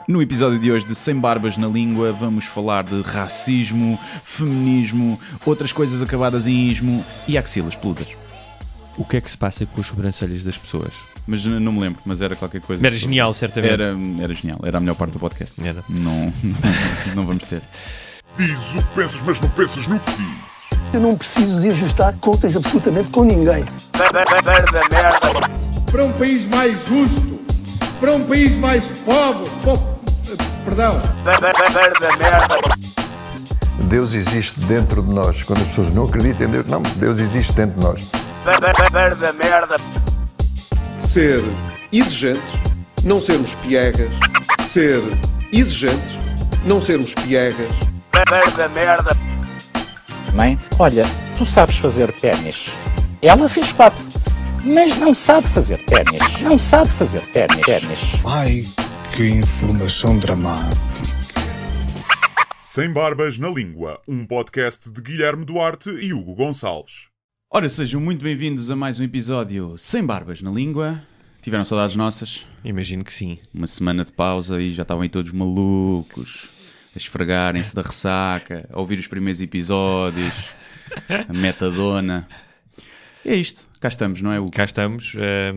No episódio de hoje de Sem Barbas na Língua vamos falar de racismo, feminismo, outras coisas acabadas em ismo e axilas peludas. O que é que se passa com as sobrancelhas das pessoas? Mas não me lembro, mas era qualquer coisa. Era genial, certamente. Era genial, era a melhor parte do podcast. Era. Não vamos ter. Diz o que pensas, mas não pensas no que diz. Eu não preciso de ajustar contas absolutamente com ninguém. Para um país mais justo, para um país mais pobre, perdão. Deus existe dentro de nós. Quando as pessoas não acreditam em Deus, não, Deus existe dentro de nós. Ser exigente, não sermos piegas. Ser exigente, não sermos piegas. Mãe, olha, tu sabes fazer ténis. Ela fez 4, mas não sabe fazer ténis. Não sabe fazer ténis. Ai, que informação dramática. Sem Barbas na Língua, um podcast de Guilherme Duarte e Hugo Gonçalves. Ora, sejam muito bem-vindos a mais um episódio Sem Barbas na Língua. Tiveram saudades nossas? Imagino que sim. Uma semana de pausa e já estavam aí todos malucos, a esfregarem-se da ressaca, a ouvir os primeiros episódios, a metadona. E é isto, cá estamos, não é, Hugo? Cá estamos.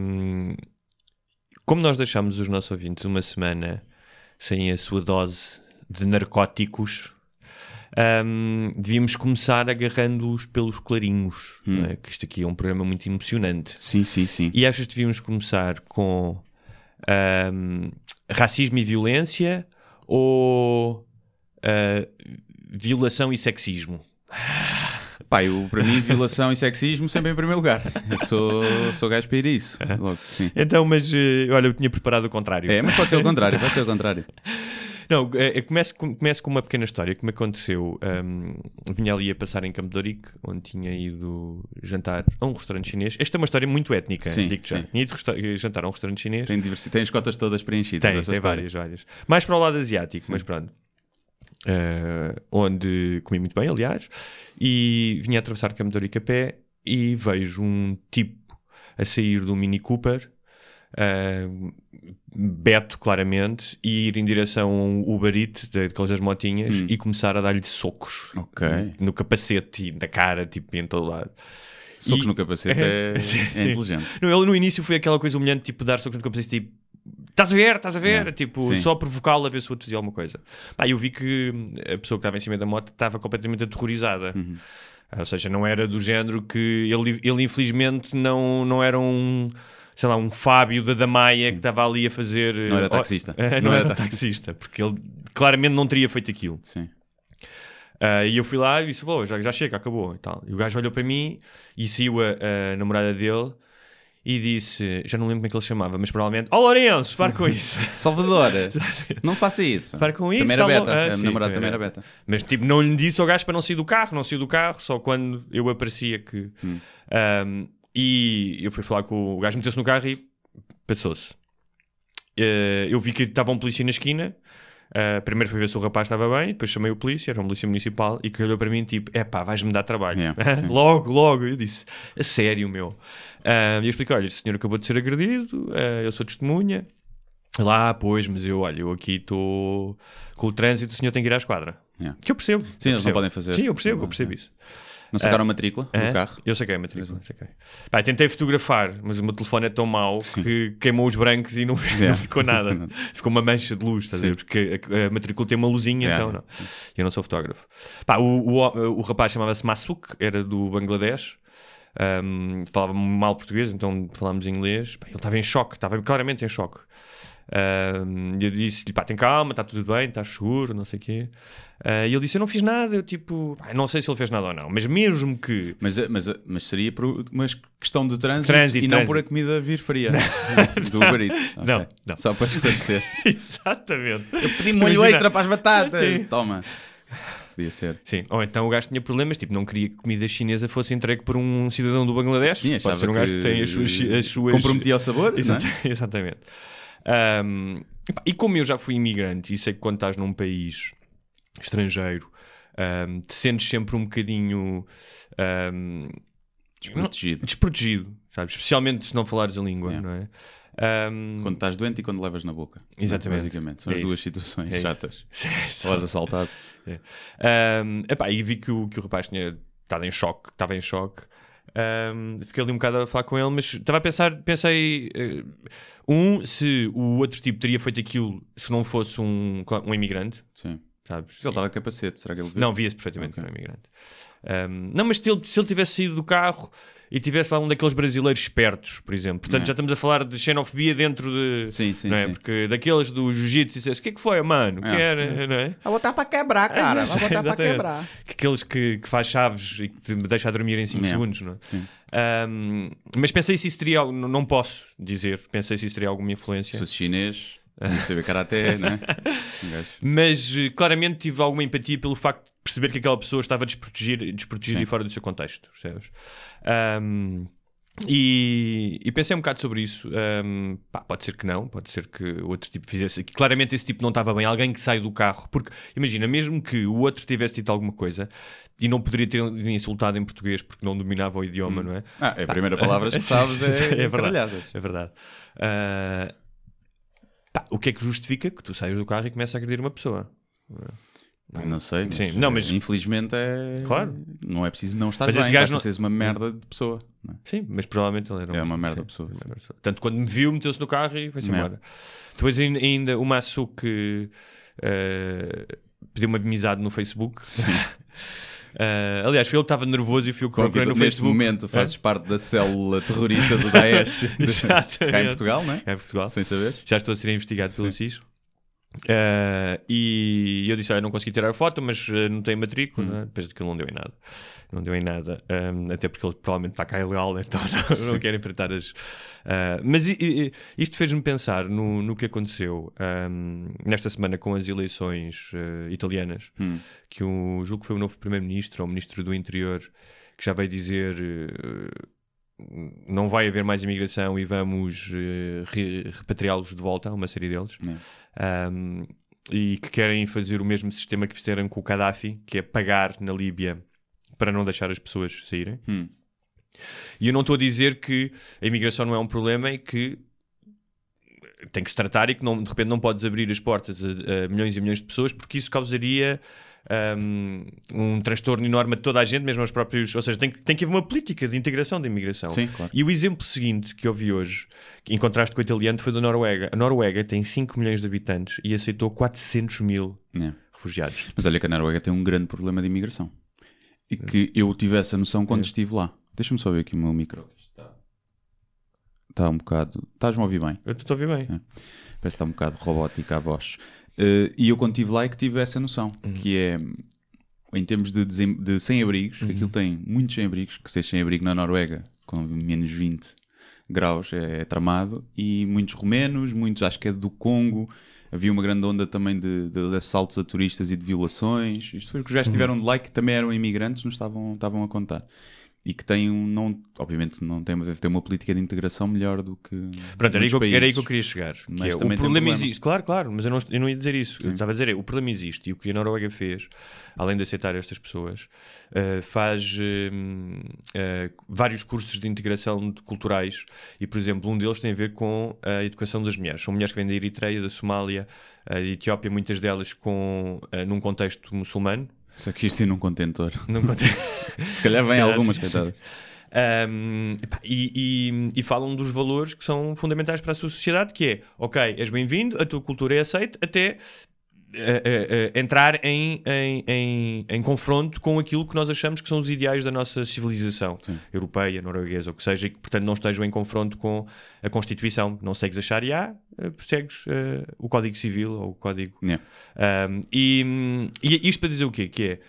Como nós deixámos os nossos ouvintes uma semana sem a sua dose de narcóticos, devíamos começar agarrando-os pelos clarinhos, não é? Que isto aqui é um programa muito emocionante. Sim. E achas que devíamos começar com racismo e violência ou violação e sexismo? Pá, para mim, violação e sexismo sempre em primeiro lugar. Eu sou gajo para ir a isso. Logo, sim. Então, mas olha, eu tinha preparado o contrário. Mas pode ser o contrário, Não, começo com uma pequena história que me aconteceu. Vinha ali a passar em Campo de Ourique, onde tinha ido jantar a um restaurante chinês. Esta é uma história muito étnica, digo-te já. Tinha ido jantar a um restaurante chinês. Tem as cotas todas preenchidas. Tem várias. Mais para o lado asiático, mas pronto. Onde comi muito bem, aliás, e vinha a atravessar Campo de Ourique a pé e vejo um tipo a sair do Mini Cooper, Beto, claramente, e ir em direção a um Uber Eats, daquelas das motinhas, e começar a dar-lhe socos no capacete e na cara, tipo, em todo lado. Socos no capacete é inteligente. Não, ele no início foi aquela coisa humilhante, tipo, dar socos no capacete, tipo, estás a ver? Tipo, sim. Só provocá-lo a ver se o outro dizia alguma coisa. Eu vi que a pessoa que estava em cima da moto estava completamente aterrorizada. Ou seja, não era do género que... Ele infelizmente não era um Fábio da Damaia que estava ali a fazer... Não era taxista. Não era taxista, porque ele claramente não teria feito aquilo. Sim. E eu fui lá e disse, já chega, acabou. E tal. E o gajo olhou para mim e saiu a namorada dele e disse, já não lembro como é que ele chamava, mas provavelmente, Lourenço, para com isso. Salvador, não faça isso. Para com isso. Também era beta, a namorada também era beta. Mas tipo, não lhe disse ao gajo para não sair do carro, só quando eu aparecia que... E eu fui falar com o gajo, meteu-se no carro e passou-se. Eu vi que estava um polícia na esquina. Primeiro foi ver se o rapaz estava bem, depois chamei o polícia, era um polícia municipal, e que olhou para mim tipo, vais-me dar trabalho. Logo, eu disse, a sério, meu. E eu expliquei, olha, o senhor acabou de ser agredido, eu sou testemunha. Pois, mas eu aqui estou com o trânsito, o senhor tem que ir à esquadra. Que eu percebo. Sim, eles não podem fazer. Sim, eu percebo isso. Não sacaram a matrícula do carro? Eu saquei a matrícula. Tentei fotografar, mas o meu telefone é tão mau que queimou os brancos e não ficou nada. Ficou uma mancha de luz, estás a ver? Porque a matrícula tem uma luzinha, então não. Eu não sou fotógrafo. O rapaz chamava-se Masuk, era do Bangladesh. Falava mal português, então falámos em inglês. Ele estava em choque, estava claramente em choque. Eu disse-lhe, tem calma, está tudo bem, estás seguro, não sei o quê. E ele disse, eu não fiz nada. Eu tipo, não sei se ele fez nada ou não, mas mesmo que... Mas seria por uma questão de trânsito e não por a comida vir fria do Uber Eats. Não. Só para esclarecer. Exatamente. Eu pedi molho extra para as batatas. Sim. Toma. Podia ser. Sim, ou então o gajo tinha problemas, tipo, não queria que comida chinesa fosse entregue por um cidadão do Bangladesh. Sim, pode ser um gajo que tem as suas... Comprometia ao sabor, Exatamente. E como eu já fui imigrante e sei que quando estás num país estrangeiro te sentes sempre um bocadinho desprotegido, sabes? Especialmente se não falares a língua, não é? Quando estás doente e quando levas na boca. Exatamente. Basicamente. São as duas situações chatas. Estavas assaltado. E vi que o rapaz estava em choque. Fiquei ali um bocado a falar com ele, mas estava a pensei se o outro tipo teria feito aquilo se não fosse um imigrante. Sim. Sabes? Ele estava de capacete, será que ele viu? Não, via-se perfeitamente que era um imigrante. Não, mas se ele tivesse saído do carro e tivesse lá um daqueles brasileiros espertos, por exemplo. Portanto, já estamos a falar de xenofobia dentro de... Sim. Porque daqueles do jiu-jitsu, disseste, o que é que foi, mano? Que era, não é? Vou botar para quebrar, cara. Vou botar para quebrar. Aqueles que faz chaves e que te deixa a dormir em 5 segundos, não é? Sim. Mas pensei se isso teria... Não posso dizer. Pensei se isso teria alguma influência. Se fosse chinês... Não saber karaté, né? Mas claramente tive alguma empatia pelo facto de perceber que aquela pessoa estava desprotegida e fora do seu contexto, percebes? E pensei um bocado sobre isso. Pode ser que não, pode ser que o outro tipo fizesse. Claramente esse tipo não estava bem. Alguém que sai do carro, porque imagina, mesmo que o outro tivesse dito alguma coisa e não poderia ter insultado em português porque não dominava o idioma, não é? É a primeira palavra que sabes é verdade. É verdade. O que é que justifica que tu saias do carro e começas a agredir uma pessoa? Não sei, mas, sim. Não, mas infelizmente claro. Não é preciso não estar mas bem, basta seres uma merda de pessoa, não é? Sim, mas provavelmente ele era uma merda de pessoa. Tanto quando me viu, meteu-se no carro e foi-se embora. Depois ainda o Massuke pediu uma amizade no Facebook. Sim. Aliás, foi ele que estava nervoso e fui eu que procurei no neste Facebook. Momento fazes parte da célula terrorista do Daesh cá em Portugal, não é? Cá em Portugal. Sem saber. Já estou a ser investigado pelo SIS. E eu disse, não consegui tirar a foto, mas não tenho matrícula, né? Depois daquilo não deu em nada, até porque ele provavelmente está cá ilegal, né? Então não quero enfrentar as... mas isto fez-me pensar no que aconteceu nesta semana com as eleições italianas, que julgo que foi o novo primeiro-ministro ou ministro do interior que já veio dizer... não vai haver mais imigração e vamos repatriá-los de volta, uma série deles, e que querem fazer o mesmo sistema que fizeram com o Gaddafi, que é pagar na Líbia para não deixar as pessoas saírem. E eu não estou a dizer que a imigração não é um problema e que tem que se tratar e que de repente não podes abrir as portas a milhões e milhões de pessoas, porque isso causaria um transtorno enorme a toda a gente, mesmo aos próprios... Ou seja, tem que haver uma política de integração da imigração. Sim, claro. E o exemplo seguinte que eu vi hoje, em contraste com o italiano, foi da Noruega. A Noruega tem 5 milhões de habitantes e aceitou 400 mil refugiados. Mas olha que a Noruega tem um grande problema de imigração. E que eu tive essa noção quando estive lá. Deixa-me só ver aqui o meu micro. Está um bocado... Estás-me a ouvir bem? Eu estou a ouvir bem. Parece que está um bocado robótica a voz. E eu quando estive lá é que tive essa noção. Que é, em termos de sem-abrigos, que aquilo tem muitos sem-abrigos, que ser sem-abrigo na Noruega, com menos 20 graus, é tramado. E muitos romenos, muitos, acho que é do Congo. Havia uma grande onda também de assaltos a turistas e de violações. Isto foi o que já estiveram de lá, que também eram imigrantes, nos estavam a contar. E que tem obviamente não tem, deve ter uma política de integração melhor do que pronto, era aí que eu queria chegar. Mas que é, o problema existe, claro, mas eu não ia dizer isso. Eu estava a dizer, o problema existe, e o que a Noruega fez, além de aceitar estas pessoas, faz vários cursos de integração culturais, e por exemplo, um deles tem a ver com a educação das mulheres. São mulheres que vêm da Eritreia, da Somália, da Etiópia, muitas delas num contexto muçulmano. Só que isto ir num contentor. Se calhar vem algumas coitadas. E falam dos valores que são fundamentais para a sua sociedade, que é, ok, és bem-vindo, a tua cultura é aceita, até entrar em confronto com aquilo que nós achamos que são os ideais da nossa civilização europeia, norueguesa, ou que seja, e que portanto não estejam em confronto com a Constituição. Não segues a Sharia, persegues o Código Civil ou o Código... E isto para dizer o quê? Que é,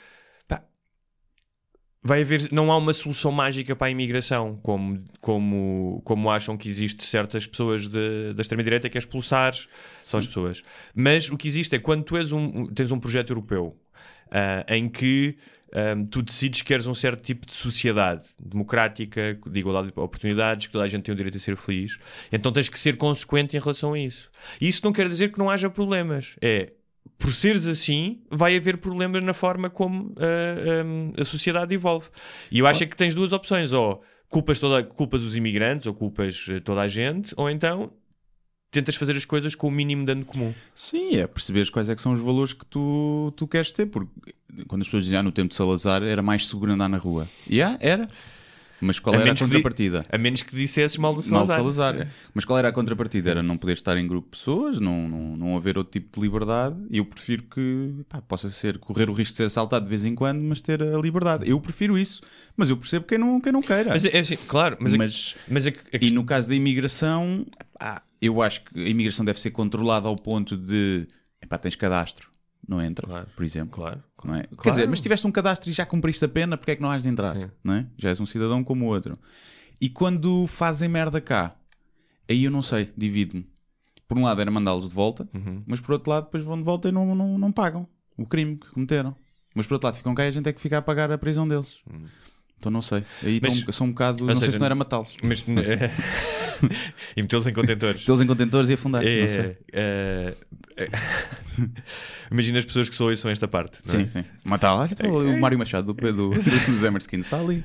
não há uma solução mágica para a imigração, como acham que existe certas pessoas da extrema-direita, que é expulsar só as pessoas. Mas o que existe é quando tu tens um projeto europeu em que tu decides que queres um certo tipo de sociedade democrática, de igualdade de oportunidades, que toda a gente tem o direito a ser feliz, então tens que ser consequente em relação a isso. E isso não quer dizer que não haja problemas. Por seres assim, vai haver problemas na forma como a sociedade evolve. E eu acho que tens duas opções. Ou culpas os imigrantes, ou culpas toda a gente, ou então tentas fazer as coisas com o mínimo dano comum. Sim, é perceberes quais é que são os valores que tu queres ter, porque quando as pessoas diziam no tempo de Salazar era mais seguro andar na rua. Era. Mas qual era a contrapartida? A menos que dissesses mal do Mal Salazar. de Salazar. Mas qual era a contrapartida? Era não poder estar em grupo de pessoas, não haver outro tipo de liberdade. E eu prefiro que possa correr o risco de ser assaltado de vez em quando, mas ter a liberdade. Eu prefiro isso. Mas eu percebo quem não queira. Mas é assim, claro. E no caso da imigração, eu acho que a imigração deve ser controlada ao ponto de tens cadastro. Não entra, por exemplo. Claro. Não é? Quer dizer, mas se tiveste um cadastro e já cumpriste a pena, porque é que não has de entrar? Não é? Já és um cidadão como o outro. E quando fazem merda cá, aí eu não sei, divido-me. Por um lado era mandá-los de volta, mas por outro lado depois vão de volta e não pagam o crime que cometeram. Mas por outro lado ficam cá e a gente tem que ficar a pagar a prisão deles. Então não sei. Aí são um bocado... Não sei se não era matá-los. Mas, e metê-los em contentores. Metê-los em contentores e afundar. Não sei. Imagina as pessoas que só ouçam esta parte. Sim, sim. Matá-los. O Mário Machado do Zemerskin está ali.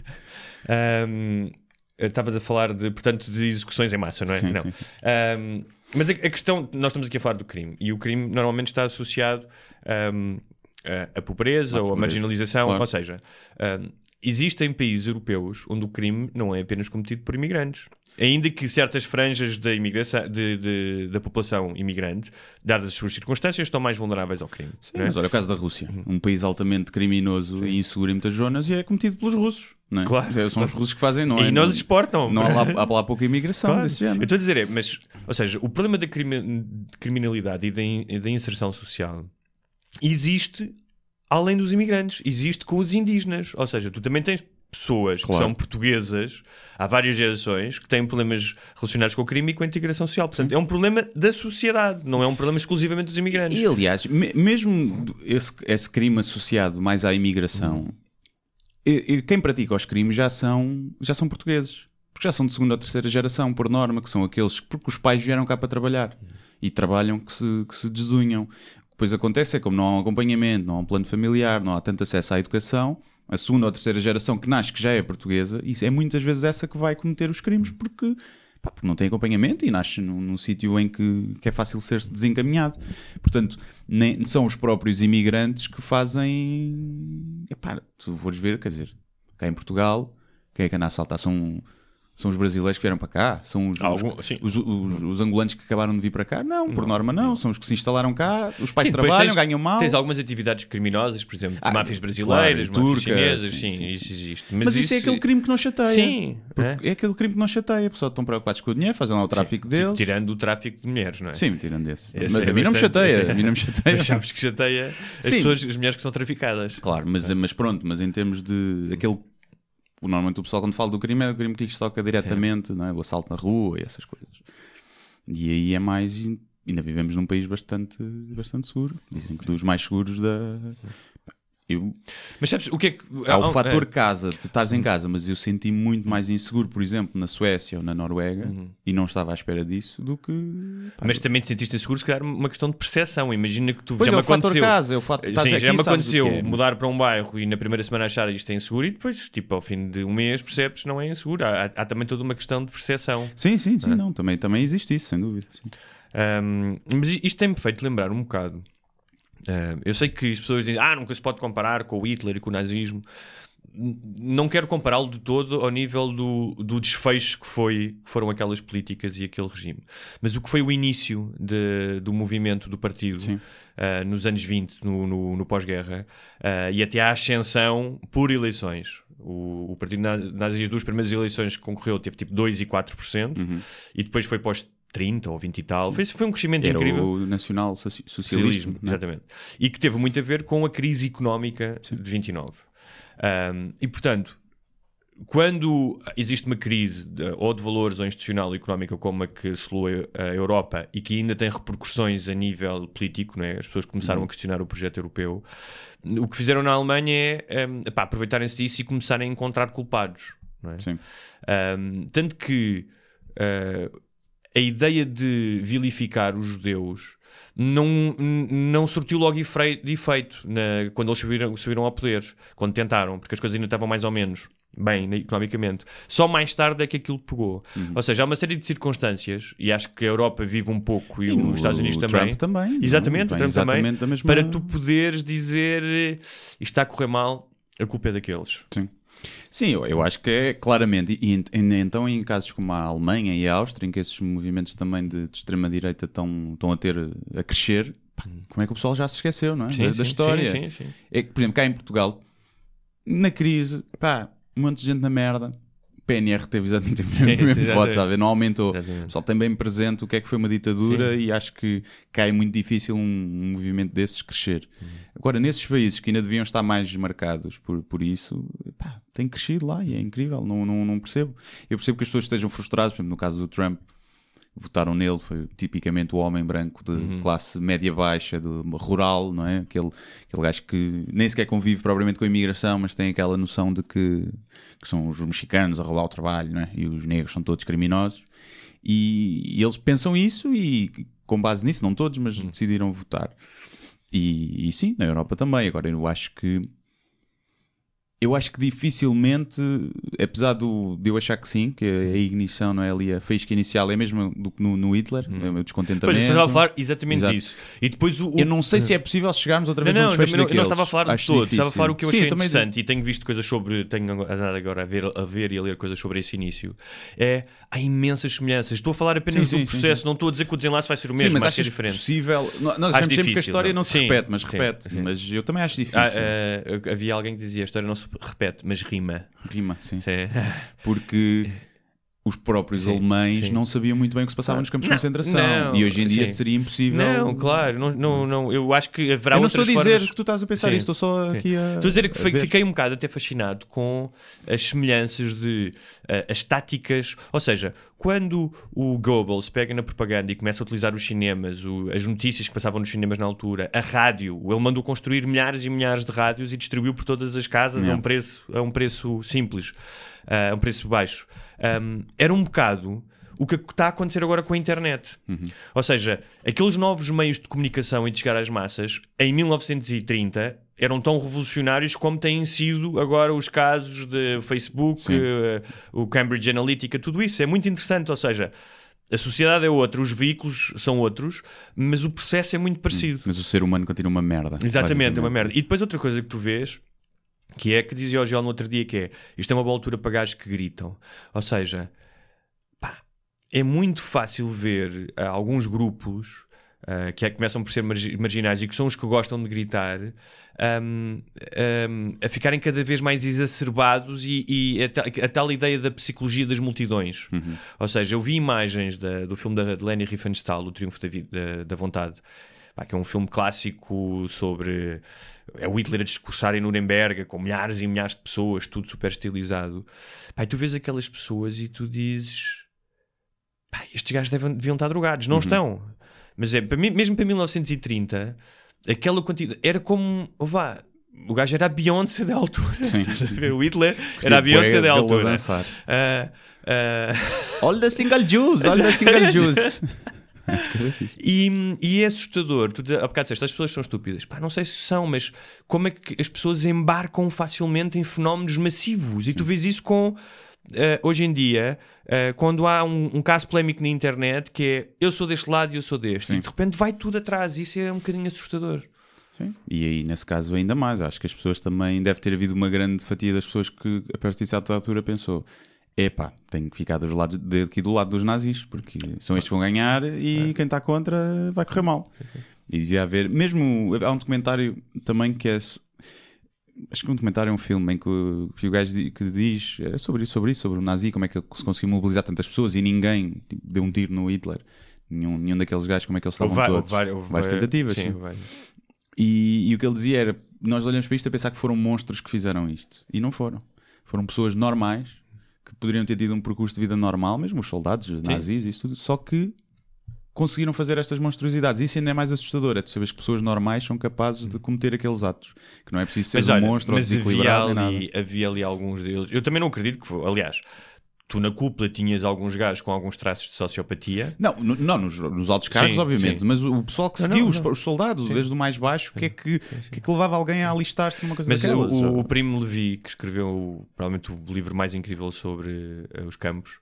Estavas a falar de execuções em massa, não é? Sim, não. Sim. Mas a questão... Nós estamos aqui a falar do crime. E o crime normalmente está associado à pobreza ou à marginalização. Claro. Ou seja... existem países europeus onde o crime não é apenas cometido por imigrantes. Ainda que certas franjas da imigração, da população imigrante, dadas as suas circunstâncias, estão mais vulneráveis ao crime. Sim, mas olha o caso da Rússia. Um país altamente criminoso e inseguro em muitas zonas e é cometido pelos russos. Não é? Claro. São os russos que fazem, não é? E nós exportam. Não há lá pouca imigração claro. desse género. Eu estou a dizer, ou seja, o problema da criminalidade e da inserção social existe... além dos imigrantes, existe com os indígenas. Ou seja, tu também tens pessoas que são portuguesas há várias gerações que têm problemas relacionados com o crime e com a integração social. Portanto, é um problema da sociedade, não é um problema exclusivamente dos imigrantes. E aliás, mesmo esse crime associado mais à imigração, quem pratica os crimes já são portugueses. Porque já são de segunda ou terceira geração, por norma, que são aqueles porque os pais vieram cá para trabalhar e trabalham que se desunham. Depois acontece, como não há um acompanhamento, não há um plano familiar, não há tanto acesso à educação, a segunda ou terceira geração que nasce, que já é portuguesa, e é muitas vezes essa que vai cometer os crimes porque não tem acompanhamento e nasce num sítio em que é fácil ser-se desencaminhado. Portanto, nem são os próprios imigrantes que fazem... tu fores ver, quer dizer, cá em Portugal, quem é que anda a assaltar? São os brasileiros que vieram para cá? São os angolanos que acabaram de vir para cá? Não, por norma não. São os que se instalaram cá, os pais trabalham, ganham mal. Tens algumas atividades criminosas, por exemplo, máfias brasileiras, máfias chinesas, sim, isso existe. Mas isso é aquele crime que não chateia. Sim. É aquele crime que não chateia. Pessoal, estão preocupados com o dinheiro, fazem lá o tráfico deles. Tirando o tráfico de mulheres, não é? Sim, tirando esse. Mas a mim não me chateia. Mas sabes que chateia as mulheres que são traficadas. Claro, mas pronto, mas em termos de aquele... Normalmente o pessoal quando fala do crime é o crime que lhes toca diretamente, não é? O assalto na rua e essas coisas. E aí é mais... Ainda vivemos num país bastante seguro. Dizem que dos mais seguros da... Mas sabes o que é que... Há o fator casa, de estares em casa, mas eu senti muito mais inseguro, por exemplo, na Suécia ou na Noruega, e não estava à espera disso, do que... Mas também te sentiste inseguro, se calhar uma questão de percepção. Imagina que tu... Pois já é, me aconteceu. Fator casa, sim, já me aconteceu mudar para um bairro e na primeira semana achar isto é inseguro e depois, tipo, ao fim de um mês percebes não é inseguro. Há também toda uma questão de percepção. Sim, não, também existe isso, sem dúvida. Sim. Mas isto tem-me feito lembrar um bocado. Eu sei que as pessoas dizem nunca se pode comparar com o Hitler e com o nazismo. Não quero compará-lo de todo ao nível do desfecho que foram aquelas políticas e aquele regime. Mas o que foi o início do movimento do partido nos anos 20, no pós-guerra, e até à ascensão por eleições. O partido nas duas primeiras eleições que concorreu teve tipo 2% e 4%, e depois foi pós 30 ou 20 e tal. Foi um crescimento incrível. Era o nacional-socialismo. Exatamente. E que teve muito a ver com a crise económica de 29. E, portanto, quando existe uma crise ou de valores ou institucional ou económica como a que assolou a Europa e que ainda tem repercussões a nível político, não é? As pessoas começaram a questionar o projeto europeu. O que fizeram na Alemanha é aproveitarem-se disso e começarem a encontrar culpados. Não é? Sim. Tanto que... a ideia de vilificar os judeus não surtiu logo de efeito quando eles subiram ao poder, quando tentaram, porque as coisas ainda estavam mais ou menos. bem economicamente. Só mais tarde é que aquilo pegou. Ou seja, há uma série de circunstâncias, e acho que a Europa vive um pouco e os Estados Unidos também. Trump também. Exatamente, o Trump também. Da mesma... Para tu poderes dizer isto está a correr mal, a culpa é daqueles. Sim, eu acho que é claramente. E então, em casos como a Alemanha e a Áustria, em que esses movimentos também de extrema-direita estão a crescer, como é que o pessoal já se esqueceu, não é? Da história. Sim. É que, por exemplo, cá em Portugal, na crise, um monte de gente na merda. PNR teve exatamente o mesmo voto, sabe? Não aumentou. O pessoal tem bem presente o que é que foi uma ditadura e acho que cai muito difícil um movimento desses crescer. Agora, nesses países que ainda deviam estar mais marcados por isso, tem crescido lá e é incrível. Não percebo. Eu percebo que as pessoas estejam frustradas. Por exemplo, no caso do Trump, votaram nele, foi tipicamente o homem branco de classe média-baixa, rural, não é? Aquele gajo que nem sequer convive propriamente com a imigração, mas tem aquela noção de que são os mexicanos a roubar o trabalho, não é? E os negros são todos criminosos. E eles pensam isso e, com base nisso, não todos, mas decidiram votar. E sim, na Europa também. Agora, eu acho que dificilmente, apesar de eu achar que sim, que a ignição, não é ali, a faísca inicial é mesmo do que no Hitler, o descontentamento. Pois, eu estava a falar exatamente disso. E depois eu não sei se é possível chegarmos outra vez a um desfecho daqueles. Eu não estava a falar de todos, estava a falar o que eu achei interessante também... e tenho visto coisas sobre, tenho andado agora a ver e a ler coisas sobre esse início. Há imensas semelhanças. Estou a falar apenas do processo, não estou a dizer que o desenlace vai ser o mesmo, mas acho que é diferente. Possível. Nós achamos sempre que a história não se repete, mas repete. Mas eu também acho difícil. Havia alguém que dizia a história não se repete, mas rima, sim. Porque os próprios alemães não sabiam muito bem o que se passava nos campos de concentração. E hoje em dia seria impossível. Não, claro, não, eu acho que haverá outras formas. Eu não estou a dizer que tu estás a pensar isso, estou só aqui a... Estou a dizer que fiquei um bocado até fascinado com as semelhanças de as táticas, ou seja, quando o Goebbels pega na propaganda e começa a utilizar os cinemas, as notícias que passavam nos cinemas na altura, a rádio, ele mandou construir milhares e milhares de rádios e distribuiu por todas as casas a um preço simples, a um preço baixo. Era um bocado o que está a acontecer agora com a internet. Ou seja, aqueles novos meios de comunicação e de chegar às massas, em 1930, eram tão revolucionários como têm sido agora os casos de Facebook, o Cambridge Analytica, tudo isso. É muito interessante, ou seja, a sociedade é outra, os veículos são outros, mas o processo é muito parecido. Mas o ser humano continua uma merda. Exatamente, é uma merda. E depois outra coisa que tu vês, que é que dizia o Gil no outro dia, que isto é uma boa altura para gajos que gritam. Ou seja, é muito fácil ver alguns grupos que começam por ser marginais e que são os que gostam de gritar a ficarem cada vez mais exacerbados e a tal ideia da psicologia das multidões. Ou seja, eu vi imagens do filme de Leni Riefenstahl, O Triunfo da Vontade, que é um filme clássico sobre o Hitler a discursar em Nuremberg com milhares e milhares de pessoas, tudo super estilizado. E tu vês aquelas pessoas e tu dizes estes gajos deviam estar drogados. Não estão. Mas mesmo para 1930, aquela quantidade era como o gajo era a Beyoncé da altura. O Hitler era a Beyoncé da altura. All the single Jews, all the single Jews. E é assustador. Tu há bocado disseste, as pessoas são estúpidas. Não sei se são, mas como é que as pessoas embarcam facilmente em fenómenos massivos? E tu vês isso com... hoje em dia, quando há um caso polémico na internet que é eu sou deste lado e eu sou deste, e de repente vai tudo atrás. Isso é um bocadinho assustador. Sim. E aí, nesse caso, ainda mais. Acho que as pessoas também... Deve ter havido uma grande fatia das pessoas que, a partir de certa altura, pensou... tenho que ficar aqui do lado dos nazis, porque são estes que vão ganhar e quem está contra vai correr mal. E devia haver... Mesmo... Há um documentário também que é... Acho que um documentário é um filme em que o gajo que diz sobre o nazi, como é que ele se conseguiu mobilizar tantas pessoas e ninguém deu um tiro no Hitler. Nenhum daqueles gajos, como é que eles estavam todos. Várias tentativas. Sim. E o que ele dizia era, nós olhamos para isto a pensar que foram monstros que fizeram isto. E não foram. Foram pessoas normais que poderiam ter tido um percurso de vida normal, mesmo os soldados, os nazis e isso tudo, só que conseguiram fazer estas monstruosidades. Isso ainda é mais assustador. É tu sabes que pessoas normais são capazes de cometer aqueles atos. Que não é preciso ser um monstro ou desequilibrado. Havia ali alguns deles. Eu também não acredito que foi. Aliás, tu na cúpula tinhas alguns gajos com alguns traços de sociopatia. Não, nos altos cargos, Sim, obviamente, sim. mas o pessoal que seguiu, os soldados, desde o mais baixo, o que é que levava alguém a alistar-se numa coisa Mas daquelas? o Primo Levi, que escreveu provavelmente o livro mais incrível sobre os campos,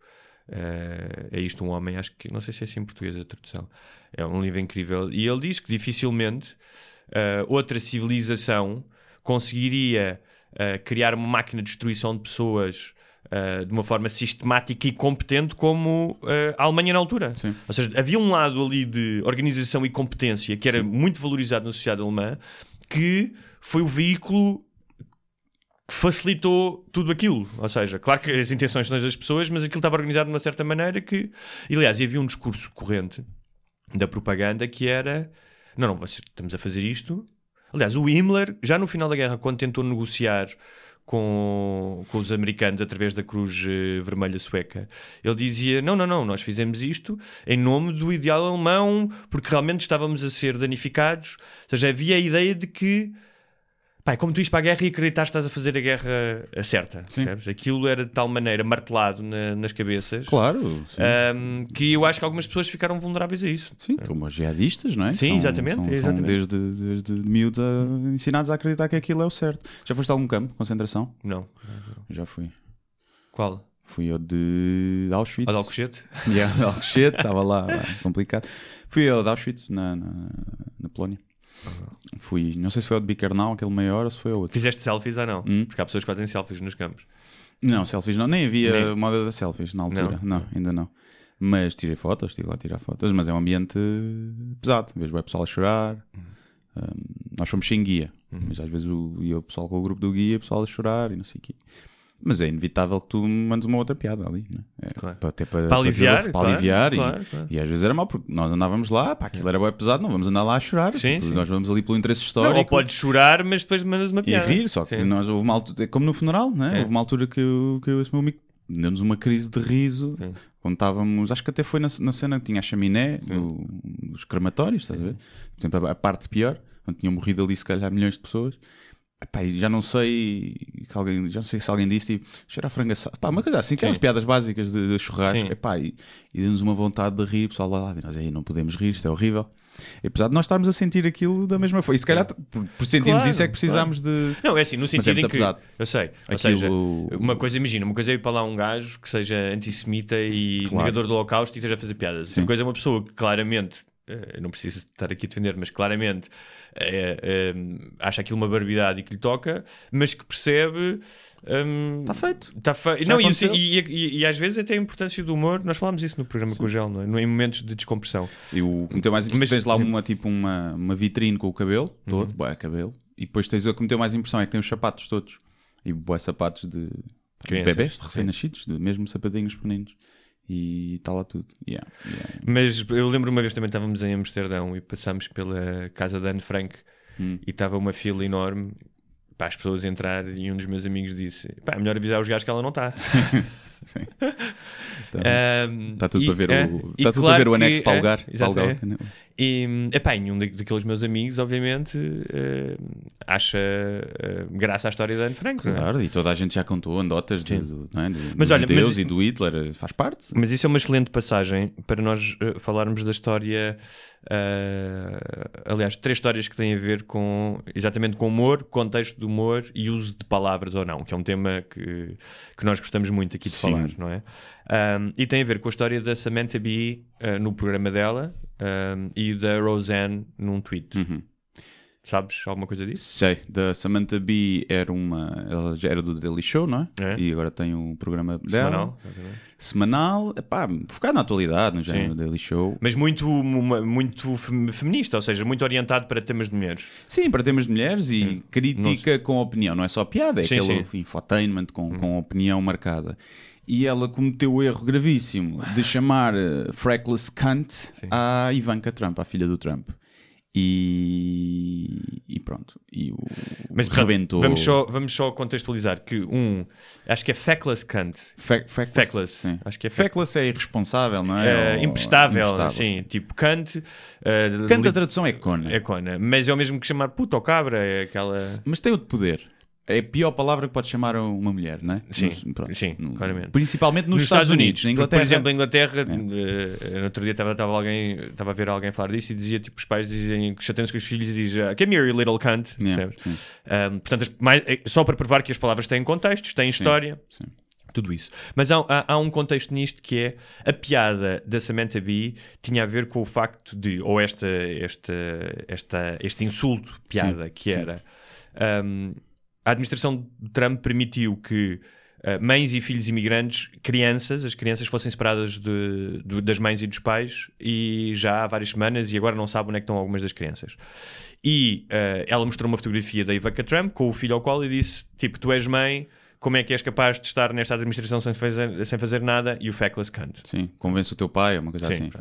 é isto um homem, acho que, não sei se é assim em português a tradução, é um livro incrível, e ele diz que dificilmente outra civilização conseguiria criar uma máquina de destruição de pessoas de uma forma sistemática e competente como a Alemanha na altura. Sim. Ou seja, havia um lado ali de organização e competência que era muito valorizado na sociedade alemã, que foi o veículo que facilitou tudo aquilo. Ou seja, claro que as intenções são das pessoas, mas aquilo estava organizado de uma certa maneira que... E, aliás, havia um discurso corrente da propaganda que era... Não, estamos a fazer isto... Aliás, o Himmler, já no final da guerra, quando tentou negociar com os americanos através da Cruz Vermelha Sueca, ele dizia, não, nós fizemos isto em nome do ideal alemão, porque realmente estávamos a ser danificados. Ou seja, havia a ideia de que, pá, como tu ires para a guerra e acreditaste que estás a fazer a guerra certa, sabes? Aquilo era de tal maneira martelado nas cabeças, Claro, que eu acho que algumas pessoas ficaram vulneráveis a isso. sim, como os jihadistas, não é? Sim, exatamente. São desde miúdos ensinados a acreditar que aquilo é o certo. Já foste a algum campo de concentração? Não. Já fui. Qual? Fui ao de Auschwitz. A de Alcochete? De Alcochete, estava lá, complicado. Fui ao de Auschwitz, na Polónia. Fui, não sei se foi ao de Bickernau, aquele maior, ou se foi ao outro. Fizeste selfies ou não? Porque há pessoas que fazem selfies nos campos. Não, selfies não, nem havia moda de selfies na altura. Não, ainda não. Mas tirei fotos, estive lá a tirar fotos, mas é um ambiente pesado. Vejo o pessoal a chorar. Nós fomos sem guia, mas às vezes ia o pessoal com o grupo do guia, o pessoal a chorar e não sei o quê. Mas é inevitável que tu mandes uma outra piada ali, né? Claro. Para aliviar, para aliviar claro. E às vezes era mau, porque nós andávamos lá, pá, aquilo era bem pesado, não vamos andar lá a chorar, Sim. nós vamos ali pelo interesse histórico. Não, ou podes chorar, mas depois mandas uma E piada. rir, só que nós houve uma altura, como no funeral, né? Houve uma altura que esse meu amigo deu-nos uma crise de riso. Quando estávamos, acho que até foi na cena que tinha a chaminé dos crematórios, estás a ver? Por exemplo, a parte pior, onde tinham morrido ali se calhar milhões de pessoas. Epá, já não sei se alguém disse tipo, cheira a frango assado. Pá, uma coisa assim, aquelas piadas básicas de churrasco. Epá, e deu-nos uma vontade de rir, o pessoal lá e nós aí não podemos rir, isto é horrível. E, apesar de nós estarmos a sentir aquilo da mesma forma, e se calhar por sentirmos isso é que precisámos de... Não, é assim, no sentido em que... pesado. Eu sei, ou seja, uma coisa é ir para lá um gajo que seja antissemita e negador do Holocausto e esteja a fazer piadas. Outra coisa é uma pessoa que claramente, eu não preciso estar aqui a defender, mas claramente acha aquilo uma barbaridade e que lhe toca, mas que percebe... Está feito. Não, e às vezes até a importância do humor, nós falámos isso no programa com o Gel, não é? Em momentos de descompressão. E o que meteu mais impressão, tens lá uma vitrine com o cabelo todo, cabelo, e depois tens o que meteu mais impressão é que tem os sapatos todos, e sapatos de bebés, de recém-nascidos, mesmo sapatinhos pequeninos. E está lá tudo. Mas eu lembro uma vez também estávamos em Amsterdão e passámos pela casa da Anne Frank e estava uma fila enorme para as pessoas entrar e um dos meus amigos disse, pá, é melhor avisar os gajos que ela não está. Sim. Está tudo para ver está tudo a ver o anexo para alugar. E nenhum daqueles meus amigos obviamente acha graça à história da Anne Frank. Claro, e toda a gente já contou anedotas dos judeus e do Hitler, faz parte. Mas isso é uma excelente passagem para nós falarmos da história. Aliás, 3 histórias que têm a ver exatamente com humor, contexto do humor e uso de palavras ou não, que é um tema que nós gostamos muito aqui de falar, não é? E tem a ver com a história da Samantha Bee no programa dela e da Roseanne num tweet. Sabes alguma coisa disso? Sei, da Samantha Bee ela já era do Daily Show, não é? E agora tem um programa dela. Semanal, focado na atualidade, no género Daily Show. Mas muito feminista, ou seja, muito orientado para temas de mulheres. Sim, para temas de mulheres e crítica com opinião, não é só piada, é aquele infotainment com opinião marcada. E ela cometeu o erro gravíssimo de chamar Freckless Cunt à Ivanka Trump, à filha do Trump. E pronto, mas rebentou. Vamos só contextualizar que acho que é feckless cunt. Feckless, sim. Acho que é feckless é irresponsável, não é? Imprestável, sim. Tipo cunt. Cunt a tradução é cona. É cona, mas é o mesmo que chamar puta ou cabra, é aquela. Mas tem outro poder. é a pior palavra que pode chamar a uma mulher, não é? Sim, claramente. Principalmente nos Estados Unidos. Na Inglaterra. Por exemplo, na Inglaterra, no outro dia estava a ver alguém falar disso e dizia, tipo, os pais dizem que chateiam-se com os filhos e dizem come here, you little cunt. Portanto, só para provar que as palavras têm contextos, têm história. Sim. Tudo isso. Mas há um contexto nisto que é a piada da Samantha Bee tinha a ver com o facto de, ou este insulto, piada, que era a administração de Trump permitiu que mães e filhos imigrantes, as crianças fossem separadas das mães e dos pais, e já há várias semanas, e agora não sabe onde é que estão algumas das crianças. E ela mostrou uma fotografia da Ivanka Trump com o filho ao colo e disse, tipo, tu és mãe, como é que és capaz de estar nesta administração sem fazer nada? E o feckless cunt. Sim, convence o teu pai, é uma coisa assim.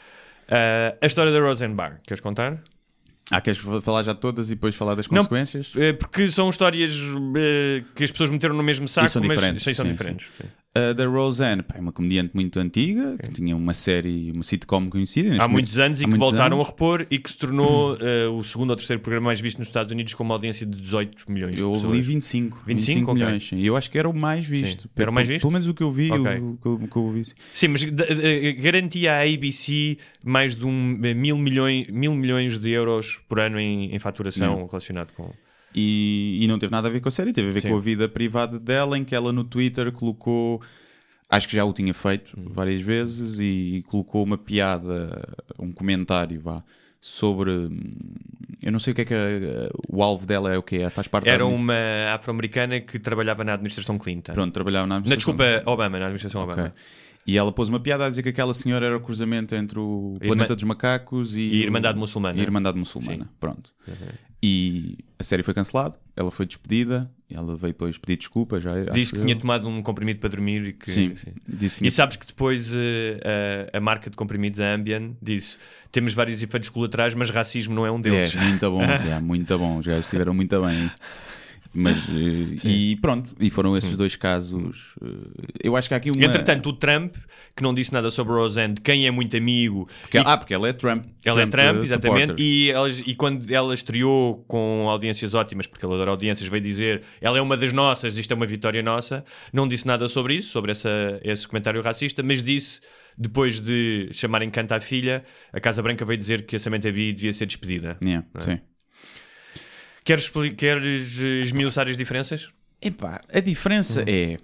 A história da Roseanne Barr, queres contar? Queres falar já de todas e depois falar das consequências? Não, porque são histórias que as pessoas meteram no mesmo saco, são diferentes. Mas são diferentes. Sim. Da Roseanne, é uma comediante muito antiga, que tinha uma sitcom conhecida. Há muitos anos, e que voltaram a repor, e que se tornou o segundo ou terceiro programa mais visto nos Estados Unidos, com uma audiência de 18 milhões de pessoas. Eu li 25 milhões. E eu acho que era o mais visto. Sim. Era o mais visto? Pelo menos o que eu vi. O que eu vi. Sim, mas garantia à ABC mais de mil milhões de euros por ano em faturação relacionado com... E não teve nada a ver com a série, teve a ver com a vida privada dela, em que ela no Twitter colocou, acho que já o tinha feito várias vezes, e colocou uma piada, um comentário, sobre, eu não sei o que é que o alvo dela é, o que é, faz parte Era uma afro-americana que trabalhava na administração Clinton. Pronto, trabalhava na administração... Obama, na administração Obama. E ela pôs uma piada a dizer que aquela senhora era o cruzamento entre o Planeta dos Macacos e a Irmandade Muçulmana. E a Irmandade Muçulmana, pronto. E a série foi cancelada, ela foi despedida, ela veio depois pedir desculpa. Disse que tinha tomado um comprimido para dormir e que... Sim. E sabes que depois a marca de comprimidos, a Ambien, disse: temos vários efeitos colaterais, mas racismo não é um deles. Muito bom, muito bom. Os gajos estiveram muito bem. Mas, e pronto, e foram esses dois casos. Eu acho que há aqui uma... Entretanto, o Trump, que não disse nada sobre a Roseanne, de quem é muito amigo... Porque ela é Trump. Ela é Trump, exatamente. E quando ela estreou com audiências ótimas, porque ela adora audiências, veio dizer: ela é uma das nossas, isto é uma vitória nossa. Não disse nada sobre isso, sobre esse comentário racista, mas disse, depois de chamarem canto à filha, a Casa Branca veio dizer que a Samantha Bee devia ser despedida. Sim. Queres esmiuçar as diferenças? A diferença é...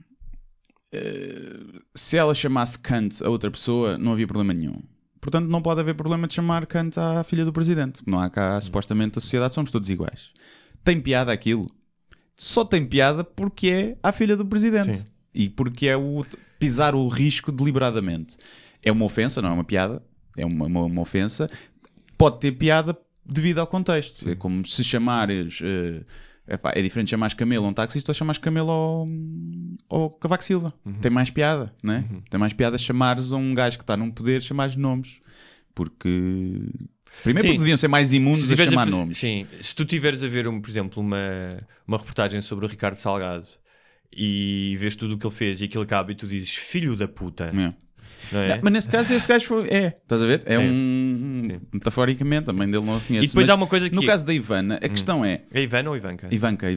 se ela chamasse cunt a outra pessoa, não havia problema nenhum. Portanto, não pode haver problema de chamar cunt à filha do presidente. Não há cá, supostamente, a sociedade, somos todos iguais. Tem piada aquilo? Só tem piada porque é à filha do presidente. Sim. E porque é o pisar o risco deliberadamente. É uma ofensa, não é uma piada. É uma ofensa. Pode ter piada devido ao contexto. Sim. É como se chamares... é diferente chamares Camelo a um taxista ou chamares Camelo ao Cavaco Silva. Tem mais piada, não é? Tem mais piada chamares a um gajo que está num poder, chamares nomes. Porque... Primeiro, porque deviam ser mais imunes a chamar nomes. Sim. Se tu tiveres a ver, por exemplo, uma reportagem sobre o Ricardo Salgado e vês tudo o que ele fez e aquilo acaba e tu dizes: filho da puta... Não é? Não, mas nesse caso esse gajo foi... estás a ver? Metaforicamente, a mãe dele não a conhece. E depois mas há uma coisa que... No caso da Ivana, a questão é... É Ivana ou Ivanka? Ivanka.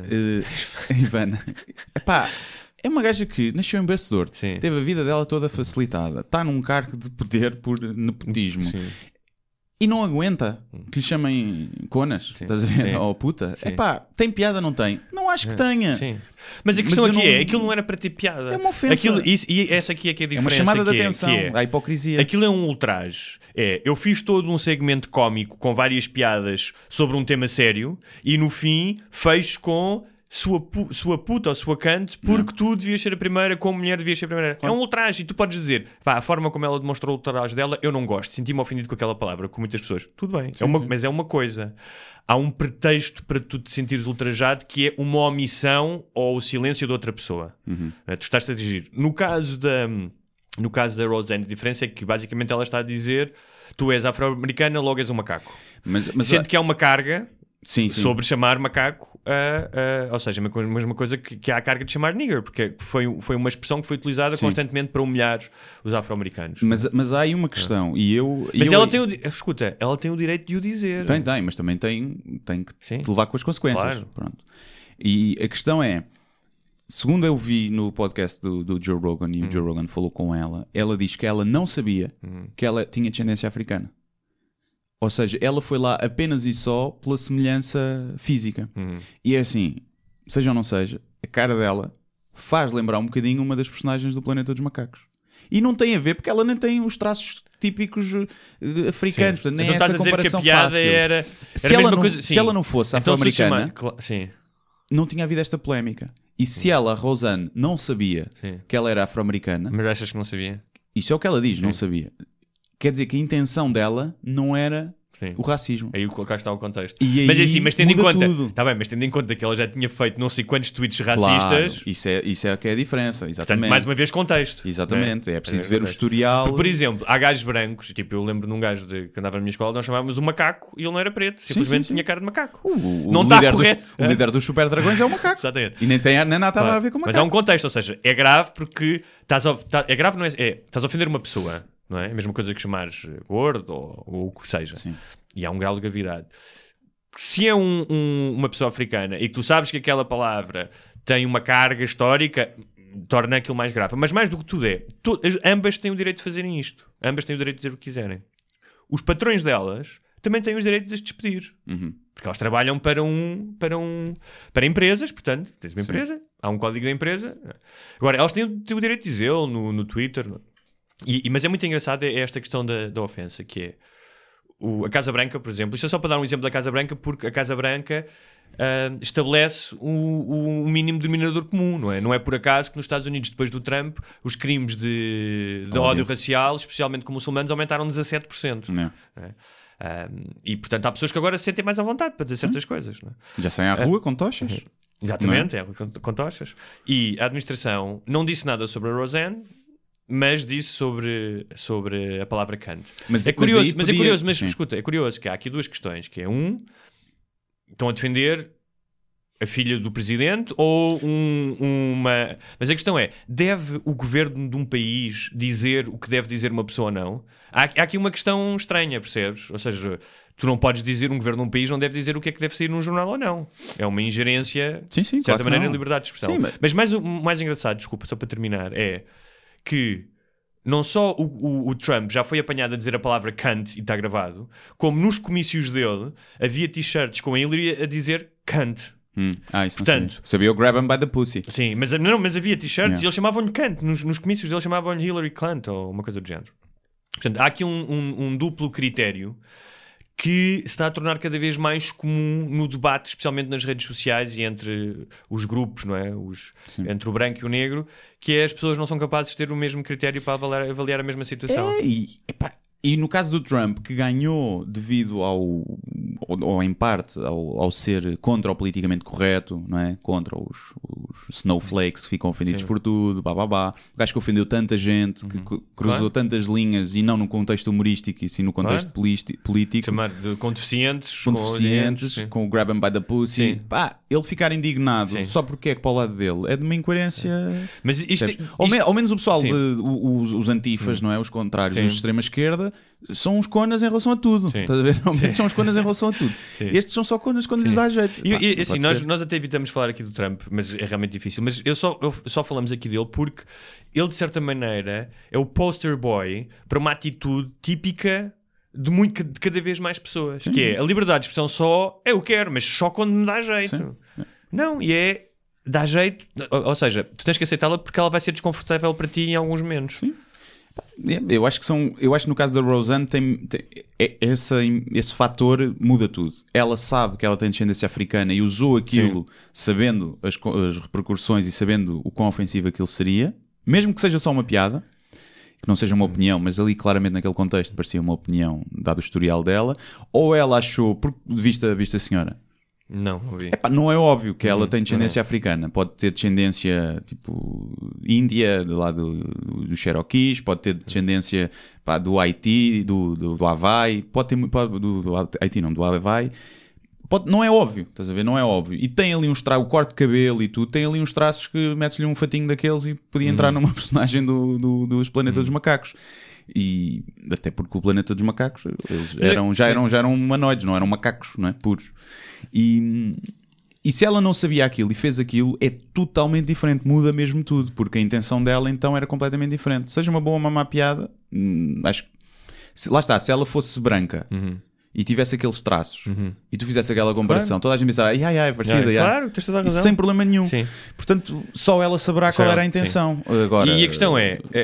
A Ivana. É uma gaja que nasceu em berço de ouro, teve a vida dela toda facilitada, está num cargo de poder por nepotismo. Sim. E não aguenta que lhe chamem conas, estás a ver? Ou puta. Tem piada, não tem? Não acho que tenha. Sim. Mas a questão aqui aquilo não era para ter piada. É uma ofensa. E essa aqui é que é a diferença. É uma chamada de atenção à hipocrisia. Aquilo é um ultraje. Eu fiz todo um segmento cómico com várias piadas sobre um tema sério e no fim fecho com... Sua puta ou sua cante, porque tu devias ser a primeira, como mulher devias ser a primeira. É um ultraje e tu podes dizer: a forma como ela demonstrou o ultraje dela, eu não gosto, senti-me ofendido com aquela palavra, com muitas pessoas. Tudo bem, mas é uma coisa. Há um pretexto para tu te sentires ultrajado, que é uma omissão ou o silêncio de outra pessoa. Tu estás a dirigir. No caso da Roseanne, a diferença é que basicamente ela está a dizer: tu és afro-americana, logo és um macaco. Sendo que há uma carga... sobre chamar macaco, ou seja, a mesma coisa que há a carga de chamar nigger, porque foi uma expressão que foi utilizada constantemente para humilhar os afro-americanos. Mas há aí uma questão, ela tem o direito de o dizer. Tem, mas também tem que te levar com as consequências. Claro. Pronto. E a questão é, segundo eu vi no podcast do Joe Rogan, e o Joe Rogan falou com ela diz que ela não sabia que ela tinha descendência africana. Ou seja, ela foi lá apenas e só pela semelhança física. E é assim, seja ou não seja, a cara dela faz lembrar um bocadinho uma das personagens do Planeta dos Macacos. E não tem a ver, porque ela nem tem os traços típicos africanos. Portanto, nem então essa comparação que a piada fácil. era Se ela não fosse então, afro-americana, não tinha havido esta polémica. E se ela, a Roseanne, não sabia que ela era afro-americana... Mas achas que não sabia? Isso é o que ela diz, não sabia. Quer dizer que a intenção dela não era o racismo. Aí cá está o contexto. E aí mas é assim, mas tendo em conta... tudo. Tá bem, mas tendo em conta que ela já tinha feito não sei quantos tweets racistas... Claro, isso é que é a diferença, exatamente. Portanto, mais uma vez contexto. Exatamente, é preciso ver o historial. Porque, por exemplo, há gajos brancos, tipo, eu lembro de um gajo que andava na minha escola, nós chamávamos o macaco e ele não era preto, simplesmente tinha cara de macaco. Não está correto. O líder dos Super Dragões é o macaco. Exatamente. E nem nada a ver com o macaco. Mas há um contexto, ou seja, é grave porque é grave, não é? Estás a ofender uma pessoa, não é? A mesma coisa que chamares gordo ou o que seja. Sim. E há um grau de gravidade. Se é uma pessoa africana e que tu sabes que aquela palavra tem uma carga histórica, torna aquilo mais grave. Mas mais do que tudo ambas têm o direito de fazerem isto. Ambas têm o direito de dizer o que quiserem. Os patrões delas também têm os direitos de se despedir. Porque elas trabalham para empresas, portanto, tens uma empresa, há um código da empresa. Agora, elas têm o direito de dizê-lo no Twitter. Mas é muito engraçado esta questão da ofensa, que é a Casa Branca, por exemplo. Isto é só para dar um exemplo da Casa Branca, porque a Casa Branca estabelece o mínimo denominador comum, não é? Não é por acaso que nos Estados Unidos, depois do Trump, os crimes de ódio racial, especialmente com muçulmanos, aumentaram 17%. Não é? E, portanto, há pessoas que agora se sentem mais à vontade para dizer certas coisas. Não é? Já saem à rua com tochas. Exatamente, com tochas. E a administração não disse nada sobre a Roseanne, mas disse sobre a palavra Kant. É curioso, escuta, é curioso que há aqui duas questões, que é estão a defender a filha do presidente ou uma... Mas a questão é, deve o governo de um país dizer o que deve dizer uma pessoa ou não? Há aqui uma questão estranha, percebes? Ou seja, tu não podes dizer, um governo de um país não deve dizer o que é que deve sair num jornal ou não. É uma ingerência, de certa maneira, em liberdade de expressão. Sim, mas o mais engraçado, desculpa, só para terminar, é que não só o Trump já foi apanhado a dizer a palavra Kant e está gravado, como nos comícios dele havia t-shirts com a Hillary a dizer Kant. Isso portanto, não sabia o grab him by the pussy. Sim, mas havia t-shirts e eles chamavam-lhe Kant. Nos comícios deles chamavam-lhe Hillary Clinton ou uma coisa do género. Portanto, há aqui um duplo critério que se está a tornar cada vez mais comum no debate, especialmente nas redes sociais e entre os grupos, não é? Entre o branco e o negro, que é as pessoas não são capazes de ter o mesmo critério para avaliar a mesma situação. E no caso do Trump, que ganhou devido ou em parte ao ser contra o politicamente correto, não é? Contra os snowflakes que ficam ofendidos por tudo, o gajo que ofendeu tanta gente, que cruzou tantas linhas, e não no contexto humorístico, e sim no contexto político. Chamar de com deficientes com o grab him by the pussy. Ele ficar indignado só porque é que para o lado dele é de uma incoerência. Mas isto... Ao menos o pessoal, os antifas, não é? Os contrários, os de extrema-esquerda, são uns conas em relação a tudo. Estás a ver? Normalmente são uns conas em relação a tudo. Estes são só conas quando lhes dá jeito. Assim, nós até evitamos falar aqui do Trump, mas é realmente difícil. Mas só falamos aqui dele porque ele, de certa maneira, é o poster boy para uma atitude típica de cada vez mais pessoas. Que é a liberdade de expressão eu quero, mas só quando me dá jeito. Não, dá jeito. Ou seja, tu tens que aceitá-la porque ela vai ser desconfortável para ti em alguns momentos. Sim. Eu acho que no caso da Roseanne esse fator muda tudo. Ela sabe que ela tem descendência africana e usou aquilo sabendo as repercussões e sabendo o quão ofensivo aquilo seria, mesmo que seja só uma piada, que não seja uma opinião, mas ali claramente naquele contexto parecia uma opinião, dado o historial dela. Ou ela achou, vista a senhora, não vi. Não é óbvio que ela tem descendência africana. Pode ter descendência tipo Índia, do lado dos Cherokees, pode ter descendência do Haiti, do Havaí, pode ter do Haiti, não, do Havaí. Não é óbvio, estás a ver? Não é óbvio. E tem ali o corte de cabelo e tudo, tem ali uns traços que metes-lhe um fatinho daqueles e podia entrar numa personagem dos Planeta dos Macacos. E até porque o Planeta dos Macacos eles já eram humanoides, não eram macacos, não é? Puros. E E se ela não sabia aquilo e fez aquilo, é totalmente diferente, muda mesmo tudo, porque a intenção dela então era completamente diferente. Seja uma boa ou uma má piada, acho que... Lá está, se ela fosse branca e tivesse aqueles traços e tu fizesse aquela comparação, toda a gente pensava, é parecida, claro, tens toda a razão. sem problema nenhum. Sim. Portanto, só ela saberá qual era a intenção. Agora, e a questão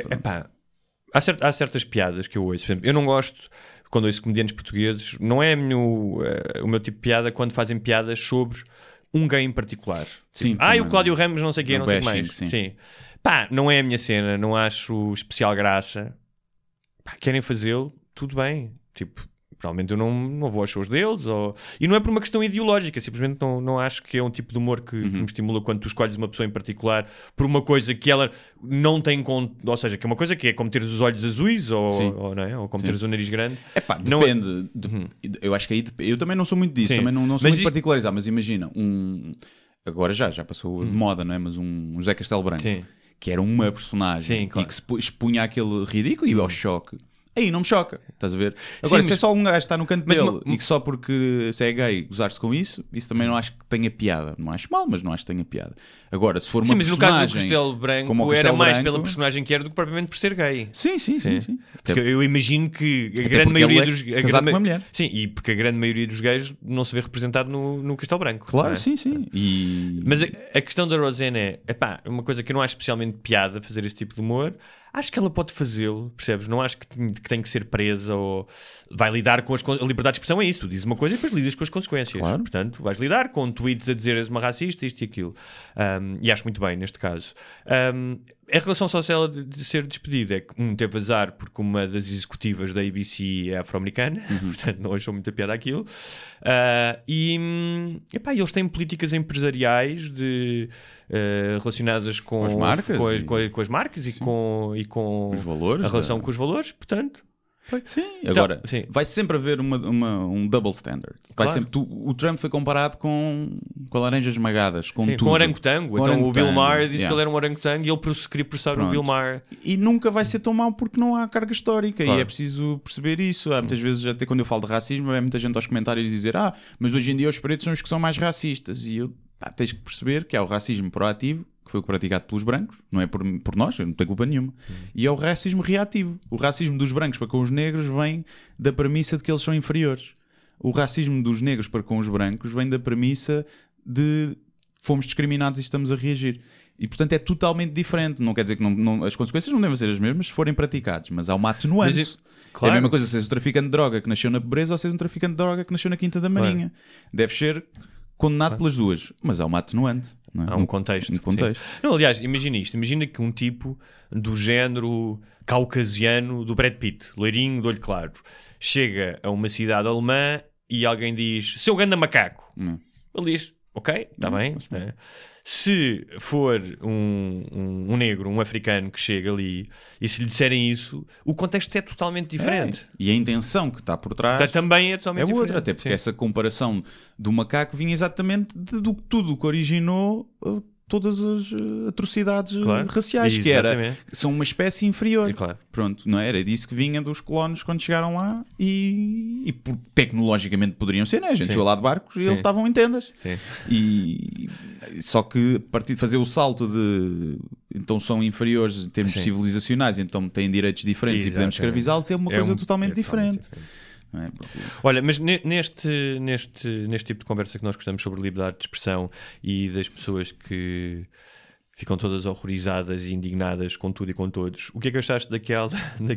há certas piadas que eu ouço. Por exemplo, eu não gosto, quando ouço comediantes portugueses, não é o meu tipo de piada quando fazem piadas sobre um gay em particular. Sim, tipo, o Cláudio Ramos não sei o quê, não sei o que mais. Sim. Pá, não é a minha cena, não acho especial graça. Pá, querem fazê-lo, tudo bem. Tipo, provavelmente eu não vou aos shows deles. E não é por uma questão ideológica, simplesmente não acho que é um tipo de humor que me estimula quando tu escolhes uma pessoa em particular por uma coisa que ela não tem conta, ou seja, que é uma coisa que é como teres os olhos azuis ou não é? Ou como teres o nariz grande. Depende. Eu acho que aí eu também não sou muito disso, também não sou muito particularizado, mas imagina, agora já passou de moda, não é? Mas um José Castelo Branco, que era uma personagem e que se expunha àquele ridículo e ao choque. Aí não me choca, estás a ver? Agora, se é só um gajo que está no canto dele e que só porque se é gay gozar-se com isso também não acho que tenha piada. Não acho mal, mas não acho que tenha piada. Agora, se for uma personagem... mas no caso do Castelo Branco era mais pela personagem que era do que propriamente por ser gay. Sim. Porque eu imagino que a grande maioria dos... casado com uma mulher. Sim, e porque a grande maioria dos gays não se vê representado no Castelo Branco. Claro, sim. Mas a questão da Roseanne é uma coisa que eu não acho especialmente piada fazer esse tipo de humor. Acho que ela pode fazê-lo, percebes? Não acho que tem que ser presa ou vai lidar com a liberdade de expressão. É isso, tu dizes uma coisa e depois lidas com as consequências. Claro. Portanto, vais lidar com tweets a dizer és uma racista, isto e aquilo. E acho muito bem neste caso. Em relação só a ela de ser despedida, é que teve azar porque uma das executivas da ABC é afro-americana, portanto não achou muita piada aquilo. Eles têm políticas empresariais relacionadas com as marcas, com as marcas e com os valores, a relação com os valores, portanto. Sim, agora vai sempre haver um double standard. Vai sempre, o Trump foi comparado com laranjas esmagadas, com tudo. Com orangotango. Então o Bill Maher disse que ele era um orangotango e ele queria processar o Bill Maher. E nunca vai ser tão mau porque não há carga histórica e é preciso perceber isso. Há muitas vezes, até quando eu falo de racismo, é muita gente aos comentários dizer mas hoje em dia os pretos são os que são mais racistas. E eu tens que perceber que há o racismo proativo, que foi o praticado pelos brancos, não é por nós, eu não tenho culpa nenhuma. E é o racismo reativo. O racismo dos brancos para com os negros vem da premissa de que eles são inferiores. O racismo dos negros para com os brancos vem da premissa de fomos discriminados e estamos a reagir. E portanto é totalmente diferente. Não quer dizer que as consequências não devem ser as mesmas se forem praticados, mas há uma atenuante. É a mesma coisa se és um traficante de droga que nasceu na pobreza ou se és um traficante de droga que nasceu na Quinta da Marinha. Deve ser condenado pelas duas, mas há uma atenuante. Não é? Há um contexto. Não, aliás, imagina isto. Imagina que um tipo do género caucasiano do Brad Pitt, loirinho, de olho claro, chega a uma cidade alemã e alguém diz, seu ganda macaco. Ele diz, ok, está bem. Se for um negro, um africano que chega ali e se lhe disserem isso, o contexto é totalmente diferente. E a intenção que está por trás também é totalmente diferente. Outra, até porque essa comparação do macaco vinha exatamente de tudo o que originou todas as atrocidades raciais, que são uma espécie inferior. Pronto, não era disso que vinha dos colonos quando chegaram lá e tecnologicamente poderiam ser, né? A gente chegou lá de barcos e eles estavam em tendas. E só que a partir de fazer o salto de então são inferiores em termos civilizacionais, então têm direitos diferentes e podemos escravizá-los, é uma coisa totalmente diferente. Olha, mas neste tipo de conversa que nós gostamos sobre liberdade de expressão e das pessoas que ficam todas horrorizadas e indignadas com tudo e com todos, o que é que achaste daquela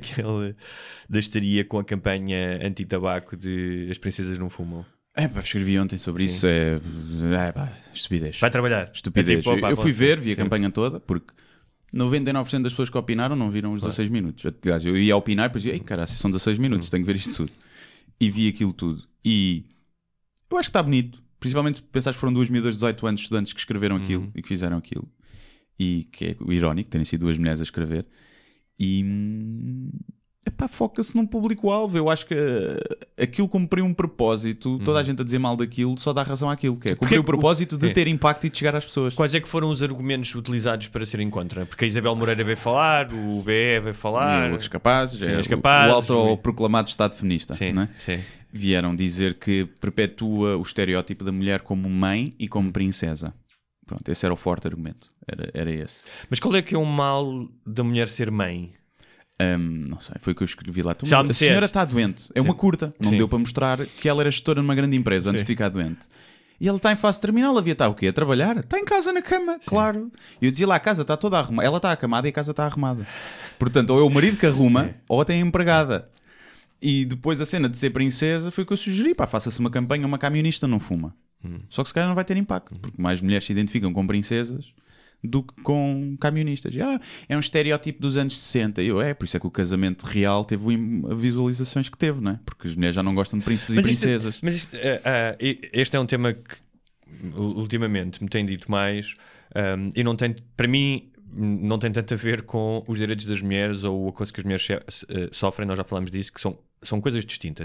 da histeria com a campanha anti-tabaco de As Princesas Não Fumam? Escrevi ontem sobre isso. Estupidez. Vai trabalhar. Estupidez. Eu fui ver, vi a campanha toda, porque 99% das pessoas que opinaram não viram os 16 minutos. Aliás, eu ia opinar e depois dizia, caralho, são 16 minutos, tenho que ver isto tudo. E vi aquilo tudo. E eu acho que está bonito. Principalmente se pensares que foram duas miúdas de 18 anos estudantes que escreveram aquilo e que fizeram aquilo. E que é irónico terem sido duas mulheres a escrever. E foca-se num público-alvo. Eu acho que aquilo cumpriu um propósito. Toda a gente a dizer mal daquilo só dá razão àquilo, que é cumprir o propósito de ter impacto e de chegar às pessoas. Quais é que foram os argumentos utilizados para serem contra? Porque a Isabel Moreira veio falar, o BE veio falar... Os capazes, o autoproclamado Estado feminista. Sim, não é? sim. Vieram dizer que perpetua o estereótipo da mulher como mãe e como princesa. Pronto, esse era o forte argumento. Era esse. Mas qual é que é o mal da mulher ser mãe? Não sei, foi o que eu escrevi lá. A senhora está doente, é uma curta, não deu para mostrar que ela era gestora numa grande empresa antes de ficar doente. E ela está em fase terminal, havia estar o quê? A trabalhar? Está em casa na cama, claro. E eu dizia lá, a casa está toda arrumada, ela está acamada e a casa está arrumada. Portanto, ou é o marido que arruma, ou tem a empregada. E depois a cena de ser princesa foi o que eu sugeri, faça-se uma campanha, uma camionista não fuma. Só que se calhar não vai ter impacto, porque mais mulheres se identificam com princesas do que com camionistas. É um estereótipo dos anos 60. Por isso é que o casamento real teve as visualizações que teve, não é? Porque as mulheres já não gostam de príncipes e princesas. Este é um tema que ultimamente me tem dito mais e não tem, para mim, não tem tanto a ver com os direitos das mulheres ou a coisa que as mulheres sofrem. Nós já falamos disso, que são coisas distintas.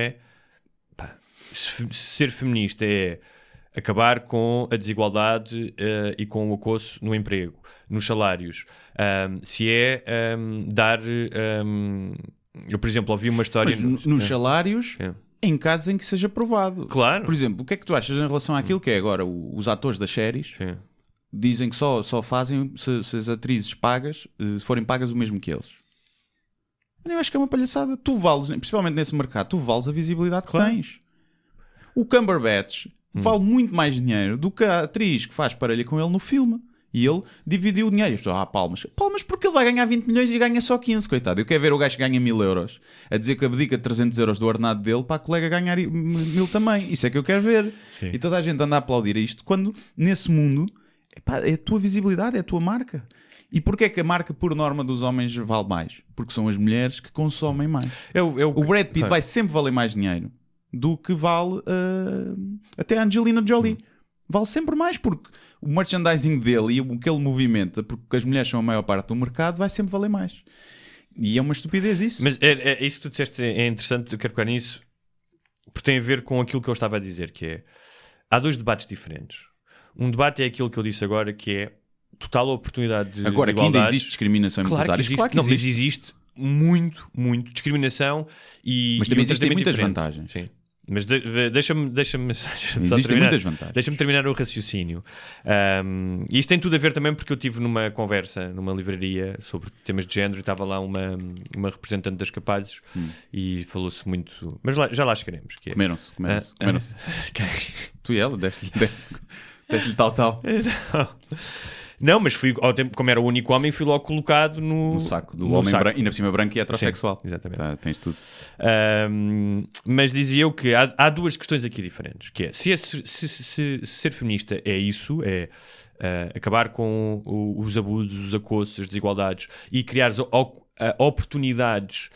Ser feminista é acabar com a desigualdade e com o acoso no emprego, nos salários. Dar... eu, por exemplo, ouvi uma história... Mas nos salários, em casos em que seja provado. Claro. Por exemplo, o que é que tu achas em relação àquilo que é agora os atores das séries? Dizem que só fazem se as atrizes pagas forem pagas o mesmo que eles. Eu acho que é uma palhaçada. Tu vales, principalmente nesse mercado, tu vales a visibilidade que tens. O Cumberbatch vale muito mais dinheiro do que a atriz que faz parelha com ele no filme. E ele dividiu o dinheiro. E eu estou, palmas. Palmas porque ele vai ganhar 20 milhões e ganha só 15, coitado. Eu quero ver o gajo que ganha 1000 euros a dizer que abdica de 300 euros do ordenado dele para a colega ganhar 1000 também. Isso é que eu quero ver. Sim. E toda a gente anda a aplaudir isto quando, nesse mundo, é a tua visibilidade, é a tua marca. E porquê é que a marca, por norma dos homens, vale mais? Porque são as mulheres que consomem mais. O Brad Pitt vai sempre valer mais dinheiro do que vale até a Angelina Jolie. Vale sempre mais, porque o merchandising dele e o que ele movimenta, porque as mulheres são a maior parte do mercado, vai sempre valer mais. E é uma estupidez isso. Mas isso que tu disseste é interessante, eu quero pegar nisso, porque tem a ver com aquilo que eu estava a dizer, que é, há dois debates diferentes. Um debate é aquilo que eu disse agora, que é total oportunidade de agora, que ainda existe discriminação em muitas áreas. Claro que existe. Mas existe muito discriminação e... Mas também existem muitas vantagens. Sim. Mas deixa-me existem muitas vantagens. Deixa-me terminar o raciocínio. E isto tem tudo a ver também porque eu tive numa conversa numa livraria sobre temas de género e estava lá uma representante das Capazes e falou-se muito... Mas já lá chegaremos. Que é... Comeram-se. Tu e ela deste-lhe tal. Não, mas fui ao tempo, como era o único homem, fui logo colocado no saco do homem branco, e na cima branco e heterossexual. Sim, exatamente. Tens tudo. Mas dizia eu que há duas questões aqui diferentes, que é, se ser feminista é isso, é acabar com os abusos, os acosos, as desigualdades e criar oportunidades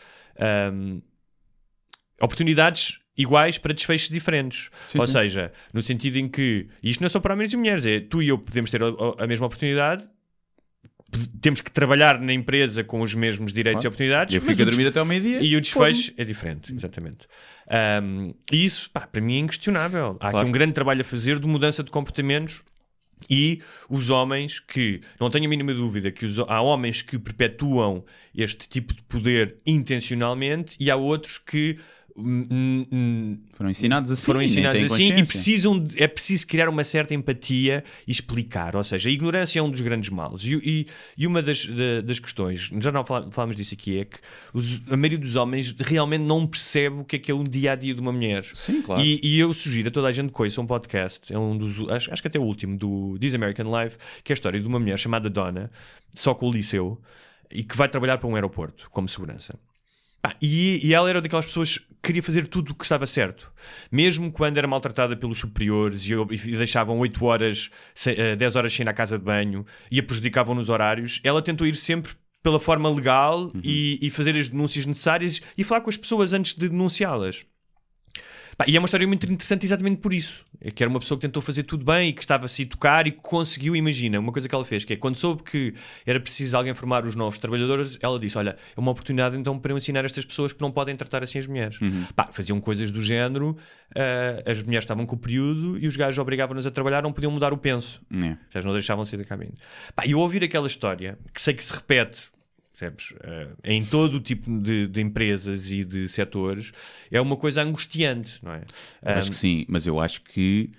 iguais para desfechos diferentes. Ou seja, no sentido em que, e isto não é só para homens e mulheres, é tu e eu podemos ter a mesma oportunidade, temos que trabalhar na empresa com os mesmos direitos e oportunidades. Eu fico a dormir até ao meio-dia. E o desfecho é diferente, exatamente. E isso, para mim, é inquestionável. Há aqui um grande trabalho a fazer de mudança de comportamentos. E os homens que, não tenho a mínima dúvida, que há homens que perpetuam este tipo de poder intencionalmente e há outros que foram ensinados assim e é preciso criar uma certa empatia e explicar. Ou seja, a ignorância é um dos grandes males. E uma das questões, já não falámos disso aqui, é que a maioria dos homens realmente não percebe o que é um dia-a-dia de uma mulher. Sim, claro. E eu sugiro a toda a gente que ouça um podcast, é um dos, acho que até o último, do This American Life, que é a história de uma mulher chamada Donna, só com o liceu, e que vai trabalhar para um aeroporto como segurança. E ela era daquelas pessoas que queria fazer tudo o que estava certo. Mesmo quando era maltratada pelos superiores e deixavam 8 horas, 10 horas sem ir à casa de banho e a prejudicavam nos horários, ela tentou ir sempre pela forma legal e fazer as denúncias necessárias e falar com as pessoas antes de denunciá-las. E é uma história muito interessante exatamente por isso. É que era uma pessoa que tentou fazer tudo bem e que estava-se a tocar e que conseguiu, imagina, uma coisa que ela fez, que é quando soube que era preciso alguém formar os novos trabalhadores, ela disse, olha, é uma oportunidade então para eu ensinar estas pessoas que não podem tratar assim as mulheres. Faziam coisas do género, as mulheres estavam com o período e os gajos obrigavam-nos a trabalhar, não podiam mudar o penso. Já não deixavam sair da cabine. E eu ouvir aquela história, que sei que se repete, percebes? Em todo o tipo de empresas e de setores, é uma coisa angustiante, não é? Acho que sim, mas eu acho que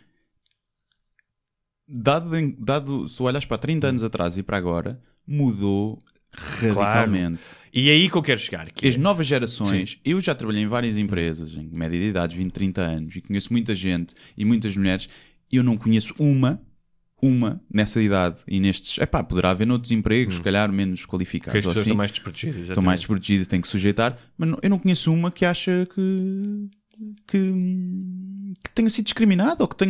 dado se tu olhas para 30 anos atrás e para agora, mudou radicalmente. Claro. E é aí que eu quero chegar. As novas gerações, eu já trabalhei em várias empresas, em média de idade, 20, 30 anos, e conheço muita gente e muitas mulheres, eu não conheço uma nessa idade e nestes, poderá haver noutros empregos, se calhar menos qualificados. Que as pessoas assim, estão mais desprotegidas. Estão mais desprotegidas, têm que sujeitar, mas eu não conheço uma que acha que tenha sido discriminada ou que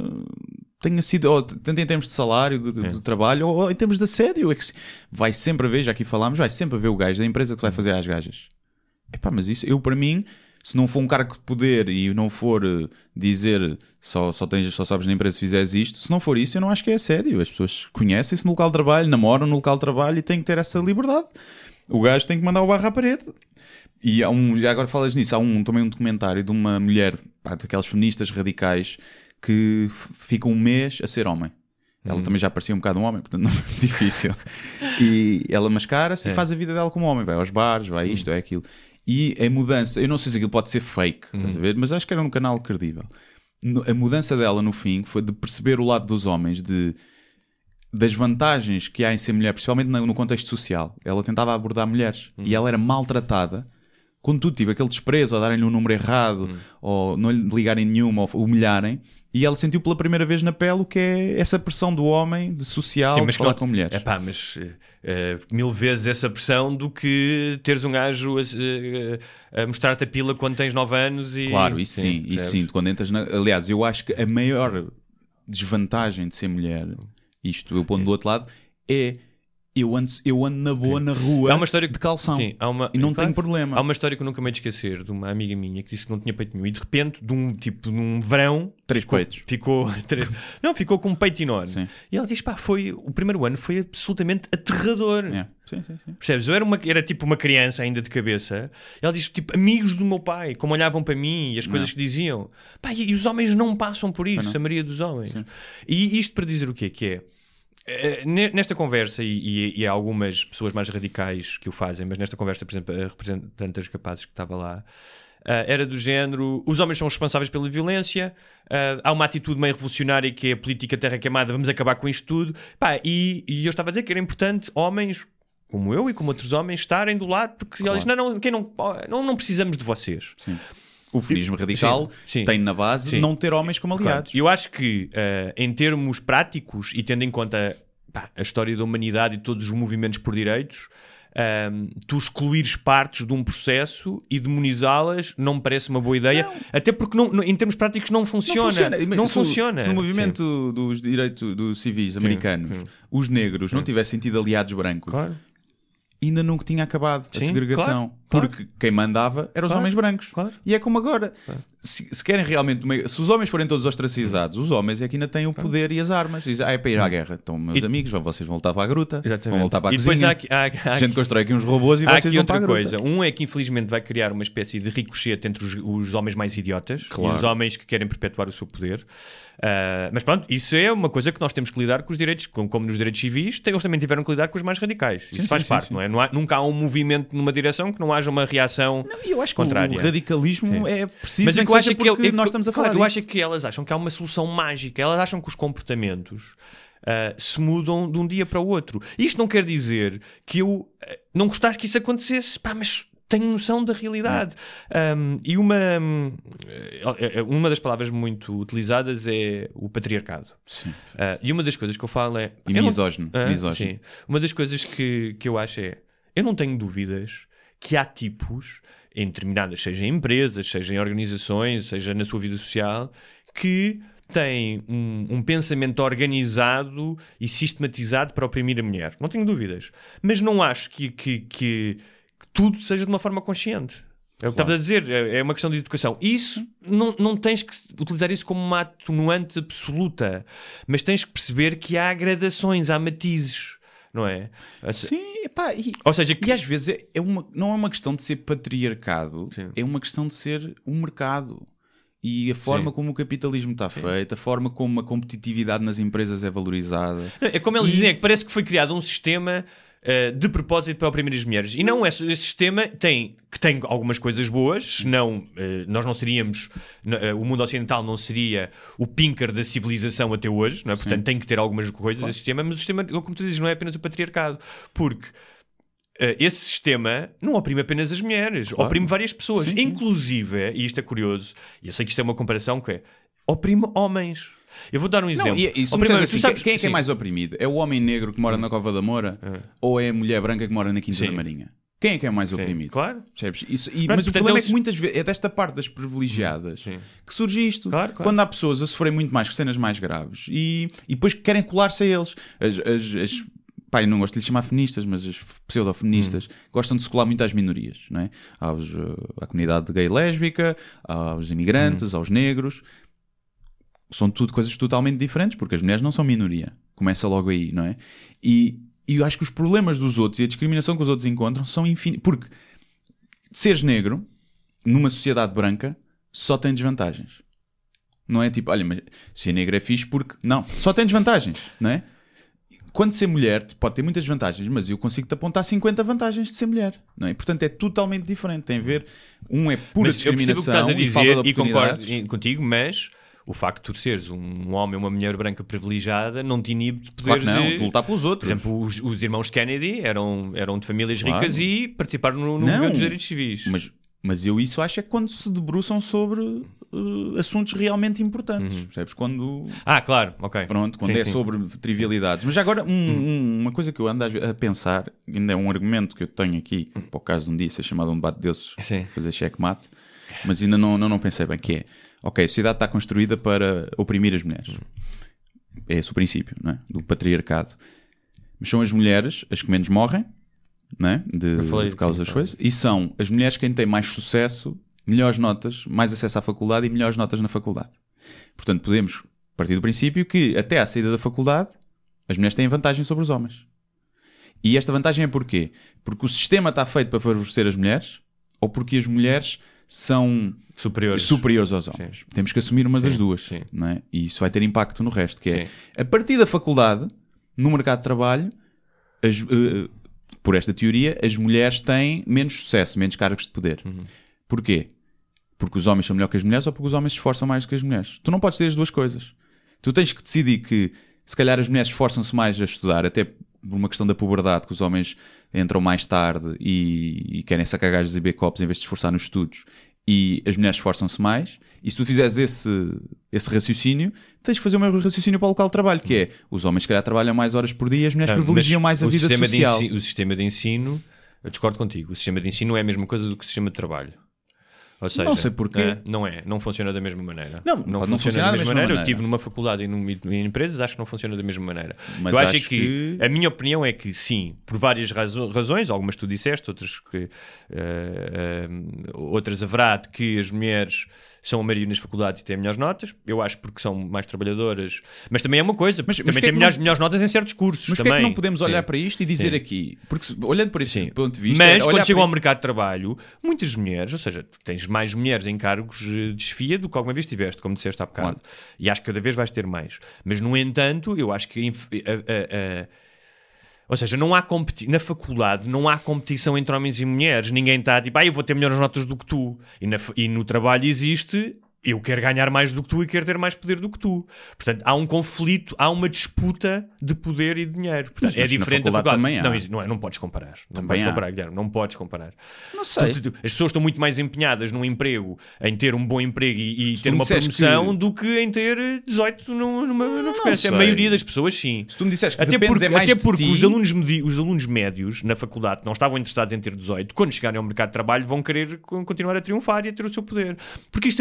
tenha sido, ou, tanto em termos de salário, de trabalho, ou em termos de assédio. É que vai sempre haver, já aqui falámos, vai sempre haver o gajo da empresa que vai fazer às gajas. Mas isso, eu para mim, se não for um cargo de poder e não for dizer só sabes na empresa se fizeres isto, se não for isso, eu não acho que é assédio. As pessoas conhecem-se no local de trabalho, namoram no local de trabalho e têm que ter essa liberdade. O gajo tem que mandar o barro à parede. E já agora falas nisso, há também um documentário de uma mulher, daquelas feministas radicais, que fica um mês a ser homem. Ela também já parecia um bocado um homem, portanto não é difícil. E ela mascara-se e faz a vida dela como homem. Vai aos bares, vai isto, vai aquilo. E a mudança, eu não sei se aquilo pode ser fake, estás a ver? Mas acho que era um canal credível. A mudança dela no fim foi de perceber o lado dos homens, das vantagens que há em ser mulher, principalmente no contexto social. Ela tentava abordar mulheres e ela era maltratada. Quando tudo tive aquele desprezo, ou darem-lhe um número errado, ou não lhe ligarem nenhuma, ou humilharem, e ela sentiu pela primeira vez na pele o que é essa pressão do homem, de social, de falar com mulheres. Mas 1000 vezes essa pressão do que teres um gajo a mostrar-te a pila quando tens 9 anos. Claro, isso sim. Quando entras aliás, eu acho que a maior desvantagem de ser mulher, isto eu pondo do outro lado, é... Eu ando na boa na rua de calção e não tenho problema. Há uma história que eu nunca me hei de esquecer de uma amiga minha que disse que não tinha peito nenhum e de repente, num verão, 3 peitos. Ficou com um peito enorme. Sim. E ela diz: o primeiro ano foi absolutamente aterrador. Sim. Percebes? Eu era tipo uma criança ainda de cabeça. Ela diz: amigos do meu pai, como olhavam para mim e as coisas que diziam. E os homens não passam por isso, a maioria dos homens. Sim. E isto para dizer o quê? Que é. Nesta conversa, e há algumas pessoas mais radicais que o fazem, mas nesta conversa, por exemplo, a representante das Capazes que estava lá, era do género: os homens são responsáveis pela violência, há uma atitude meio revolucionária que é a política terra queimada, vamos acabar com isto tudo. E eu estava a dizer que era importante homens como eu e como outros homens estarem do lado, porque eles não precisamos de vocês. Sim. O feminismo radical tem na base não ter homens como aliados. Claro. Eu acho que, em termos práticos, e tendo em conta a história da humanidade e todos os movimentos por direitos, tu excluires partes de um processo e demonizá-las não me parece uma boa ideia. Não. Até porque em termos práticos não funciona. Não funciona. Se no movimento dos direitos dos civis americanos os negros não tivessem tido aliados brancos... Claro. Ainda nunca tinha acabado a segregação. Porque quem mandava eram os homens brancos. Claro. E é como agora. Claro. Se querem realmente... Se os homens forem todos ostracizados, os homens é que ainda têm o poder e as armas. Dizem, é para ir à guerra. Então, meus amigos, vocês vão voltar para a gruta. Exatamente. Vão voltar para a cozinha. A gente constrói aqui uns robôs e vocês vão para a gruta. Coisa. Um é que, infelizmente, vai criar uma espécie de ricochete entre os homens mais idiotas e os homens que querem perpetuar o seu poder. Mas pronto, isso é uma coisa que nós temos que lidar com os direitos, como nos direitos civis, eles também tiveram que lidar com os mais radicais. Isso faz parte, não é? Nunca há um movimento numa direção que não haja uma reação eu acho contrária. Que o radicalismo é preciso, mas eu acho que nós estamos a falar eu acho que elas acham que há uma solução mágica, elas acham que os comportamentos se mudam de um dia para o outro. Isto não quer dizer que eu não gostasse que isso acontecesse, mas tenho noção da realidade. E uma das palavras muito utilizadas é o patriarcado. E uma das coisas que eu falo é... E misógino. Sim. Uma das coisas que eu acho é... Eu não tenho dúvidas que há tipos, em determinadas, seja em empresas, seja em organizações, seja na sua vida social, que têm um pensamento organizado e sistematizado para oprimir a mulher. Não tenho dúvidas. Mas não acho que tudo seja de uma forma consciente. É o que estavas a dizer, é uma questão de educação. Isso, não tens que utilizar isso como uma atenuante absoluta, mas tens que perceber que há gradações, há matizes, não é? Sim, epá, ou seja, e às vezes não é uma questão de ser patriarcado, sim, é uma questão de ser um mercado. E a forma como o capitalismo está feito, a forma como a competitividade nas empresas é valorizada. É como eles dizem, é que parece que foi criado um sistema de propósito para oprimir as mulheres. E não, esse sistema tem algumas coisas boas, senão nós não seríamos, o mundo ocidental não seria o píncar da civilização até hoje, não é? Portanto, tem que ter algumas coisas esse sistema, mas o sistema, como tu dizes, não é apenas o patriarcado, porque esse sistema não oprime apenas as mulheres, oprime várias pessoas, inclusive, e isto é curioso, e eu sei que isto é uma comparação que oprime homens. Eu vou dar um exemplo. Quem é que é mais oprimido? É o homem negro que mora na Cova da Moura ou é a mulher branca que mora na Quinta da Marinha? Quem é que é mais oprimido? Claro. Mas o problema é que muitas vezes é desta parte das privilegiadas que surge isto. Claro. Quando há pessoas a sofrerem muito mais, que cenas mais graves e depois querem colar-se a eles. Eu não gosto de lhes chamar feministas, mas as pseudo-feministas gostam de se colar muito às minorias, não é? À comunidade gay e lésbica, aos imigrantes, aos negros. São tudo coisas totalmente diferentes, porque as mulheres não são minoria. Começa logo aí, não é? E eu acho que os problemas dos outros e a discriminação que os outros encontram são infinitos. Porque seres negro, numa sociedade branca, só tem desvantagens. Não é tipo, olha, mas ser negro é fixe porque... Não, só tem desvantagens, não é? Quando ser mulher pode ter muitas vantagens, mas eu consigo-te apontar 50 vantagens de ser mulher, não é? Portanto, é totalmente diferente. Tem a ver... Um é pura discriminação e falta de oportunidades. E concordo contigo, mas... O facto de tu seres um homem ou uma mulher branca privilegiada não te inibe de poderes... Claro que não, de lutar pelos outros. Por exemplo, os irmãos Kennedy eram de famílias ricas e participaram no movimento dos direitos civis. Mas eu isso acho é quando se debruçam sobre assuntos realmente importantes. Percebes? Quando... claro, ok. Pronto, quando sobre trivialidades. Mas já agora, uma coisa que eu ando a pensar, ainda é um argumento que eu tenho aqui, para o caso de um dia ser chamado um debate de deuses, fazer checkmate, mas ainda não pensei bem, que é... Ok, a sociedade está construída para oprimir as mulheres. É esse o princípio, não é? Do patriarcado. Mas são as mulheres as que menos morrem, não é? De causa das coisas. E são as mulheres quem têm mais sucesso, melhores notas, mais acesso à faculdade e melhores notas na faculdade. Portanto, podemos partir do princípio que até à saída da faculdade as mulheres têm vantagem sobre os homens. E esta vantagem é porquê? Porque o sistema está feito para favorecer as mulheres ou porque as mulheres são superiores aos homens. Temos que assumir uma das duas, não é? E isso vai ter impacto no resto, que é a partir da faculdade, no mercado de trabalho, por esta teoria, as mulheres têm menos sucesso, menos cargos de poder. Porquê? Porque os homens são melhores que as mulheres ou porque os homens se esforçam mais do que as mulheres? Tu não podes ter as duas coisas. Tu tens que decidir que se calhar as mulheres esforçam-se mais a estudar, até por uma questão da puberdade, que os homens entram mais tarde e querem sacar gajos e B-cops em vez de se esforçar nos estudos, e as mulheres esforçam-se mais, e se tu fizeres esse raciocínio, tens que fazer o mesmo raciocínio para o local de trabalho, que é, os homens se calhar trabalham mais horas por dia, as mulheres privilegiam mais a vida social. O sistema de ensino, eu discordo contigo, o sistema de ensino não é a mesma coisa do que o sistema de trabalho. Ou seja, não sei porquê. Não funciona da mesma maneira. Não funciona da mesma maneira. Eu estive numa faculdade e em empresas, acho que não funciona da mesma maneira. Mas eu acho que a minha opinião é que sim, por várias razões, algumas tu disseste, outras haverá de que as mulheres são a maioria nas faculdades e têm melhores notas. Eu acho porque são mais trabalhadoras. Mas também é uma coisa, também têm melhores notas em certos cursos. Mas porquê é que não podemos olhar para isto e dizer aqui? Porque olhando por esse ponto de vista... Mas quando chegam ao mercado de trabalho, muitas mulheres, ou seja, tens mais mulheres em cargos de chefia do que alguma vez tiveste, como disseste há bocado. Claro. E acho que cada vez vais ter mais. Mas, no entanto, eu acho que... Ou seja, não há na faculdade não há competição entre homens e mulheres. Ninguém está tipo, eu vou ter melhores notas do que tu. E no trabalho existe, eu quero ganhar mais do que tu e quero ter mais poder do que tu. Portanto, há um conflito, há uma disputa de poder e de dinheiro. Portanto, é diferente da faculdade. Também há. Não podes comparar. Guilherme, não podes comparar. Não sei. As pessoas estão muito mais empenhadas num emprego, em ter um bom emprego e ter uma promoção do que em ter 18 numa frequência. A maioria das pessoas, sim. Se tu me disseste que até porque os alunos médios na faculdade que não estavam interessados em ter 18, quando chegarem ao mercado de trabalho vão querer continuar a triunfar e a ter o seu poder. Porque isto aplica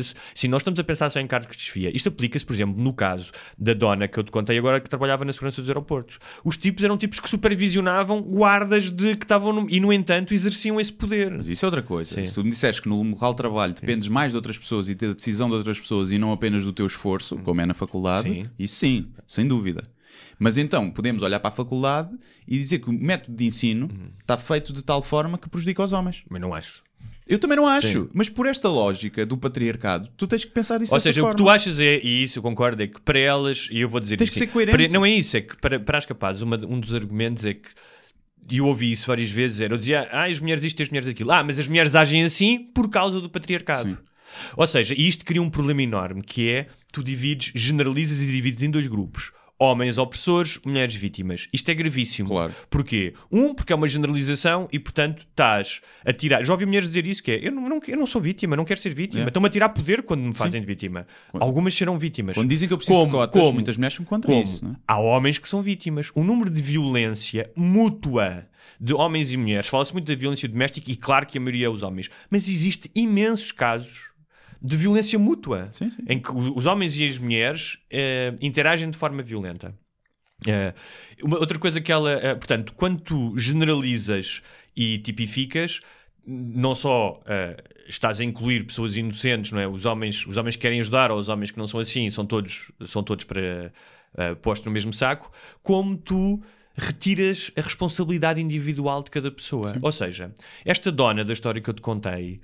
aplica-se, sim, nós estamos a pensar só em cargos de chefia, isto aplica-se, por exemplo, no caso da dona que eu te contei agora, que trabalhava na segurança dos aeroportos. Os tipos eram tipos que supervisionavam guardas que estavam e, no entanto, exerciam esse poder. Mas isso é outra coisa. Sim. Se tu me disseres que no local de trabalho dependes mais de outras pessoas e ter a decisão de outras pessoas e não apenas do teu esforço, como é na faculdade, Sim. isso sim, sem dúvida. Mas então podemos olhar para a faculdade e dizer que o método de ensino está feito de tal forma que prejudica os homens. Mas não acho. Eu também não acho, Sim. mas por esta lógica do patriarcado, tu tens que pensar isso Ou dessa seja, forma. o que tu achas e isso eu concordo, é que para elas, e eu vou dizer Tens isto, que ser coerente. não é isso, é que para as capazes, um dos argumentos é que, e eu ouvi isso várias vezes, eu dizia, as mulheres isto e as mulheres aquilo. Mas as mulheres agem assim por causa do patriarcado. Sim. Ou seja, isto cria um problema enorme, que é, tu generalizas e divides em dois grupos. Homens opressores, mulheres vítimas. Isto é gravíssimo. Claro. Porquê? Porque é uma generalização e, portanto, estás a tirar... Já ouvi mulheres dizer isso, que é, eu não sou vítima, não quero ser vítima. Yeah. Estão-me a tirar poder quando me fazem de vítima. Algumas serão vítimas. Quando dizem que eu preciso de cotas, muitas mulheres são contra isso. Não é? Há homens que são vítimas. O número de violência mútua de homens e mulheres, fala-se muito da violência doméstica e claro que a maioria é os homens, mas existe imensos casos de violência mútua, Sim. em que os homens e as mulheres interagem de forma violenta. Outra coisa que portanto, quando tu generalizas e tipificas, não só estás a incluir pessoas inocentes, não é? Os homens que querem ajudar ou os homens que não são assim, são todos para postos no mesmo saco, como tu retiras a responsabilidade individual de cada pessoa. Sim. Ou seja, esta dona da história que eu te contei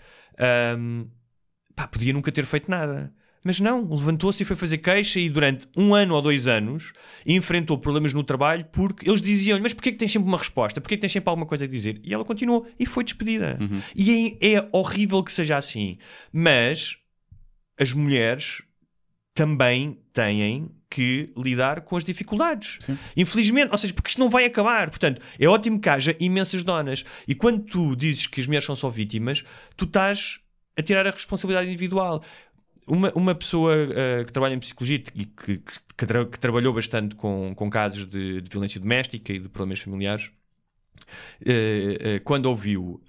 podia nunca ter feito nada. Mas não, levantou-se e foi fazer queixa e durante 1 ano ou 2 anos enfrentou problemas no trabalho porque eles diziam-lhe, mas porquê que tens sempre uma resposta? Porquê que tens sempre alguma coisa a dizer? E ela continuou e foi despedida. E é horrível que seja assim. Mas as mulheres também têm que lidar com as dificuldades. Sim. Infelizmente, ou seja, porque isto não vai acabar. Portanto, é ótimo que haja imensas donas. E quando tu dizes que as mulheres são só vítimas, tu estás a tirar a responsabilidade individual. Uma pessoa que trabalha em psicologia e que trabalhou bastante com casos de violência doméstica e de problemas familiares, quando ouviu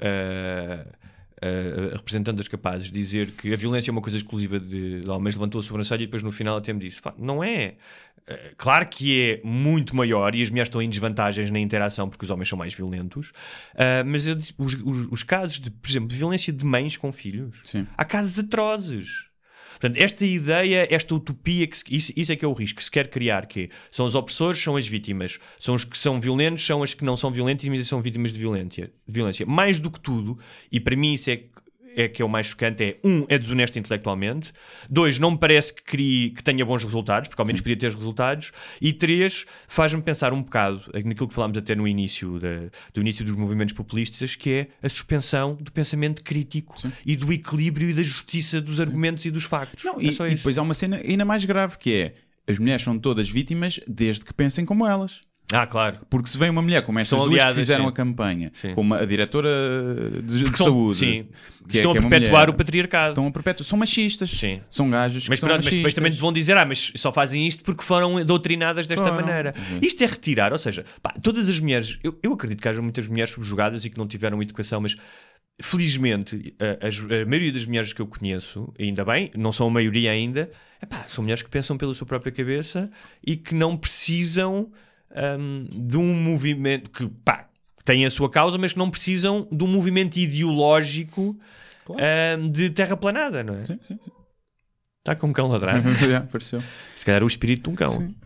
a representante das capazes dizer que a violência é uma coisa exclusiva de homens, levantou a sobrancelha e depois no final até me disse, não é. Claro que é muito maior e as mulheres estão em desvantagens na interação porque os homens são mais violentos, mas os casos, por exemplo, de violência de mães com filhos, Sim. há casos atrozes. Portanto, esta ideia, esta utopia, isso é que é o risco que se quer criar, que são os opressores, são as vítimas, são os que são violentos, são as que não são violentas e são vítimas de violência. Mais do que tudo, e para mim isso é que é o mais chocante, é desonesto intelectualmente. 2, não me parece que tenha bons resultados, porque ao menos podia ter resultados. E 3, faz-me pensar um bocado naquilo que falámos até no início do início dos movimentos populistas, que é a suspensão do pensamento crítico e do equilíbrio e da justiça dos argumentos e dos factos. Não, e depois há uma cena ainda mais grave, que é as mulheres são todas vítimas desde que pensem como elas. Claro. Porque se vem uma mulher como estas duas que fizeram a campanha, como a diretora de saúde, que estão a perpetuar o patriarcado. Estão a perpetuar. São machistas. Sim. São gajos que são machistas. Mas depois também vão dizer, mas só fazem isto porque foram doutrinadas desta maneira. Isto é retirar, ou seja, todas as mulheres, eu acredito que haja muitas mulheres subjugadas e que não tiveram educação, mas felizmente a maioria das mulheres que eu conheço, ainda bem, não são a maioria ainda, são mulheres que pensam pela sua própria cabeça e que não precisam de um movimento que tem a sua causa, mas que não precisam de um movimento ideológico de terraplanada, não é? Sim. Está com um cão ladrar. Pareceu. Se calhar o espírito de um cão. Sim.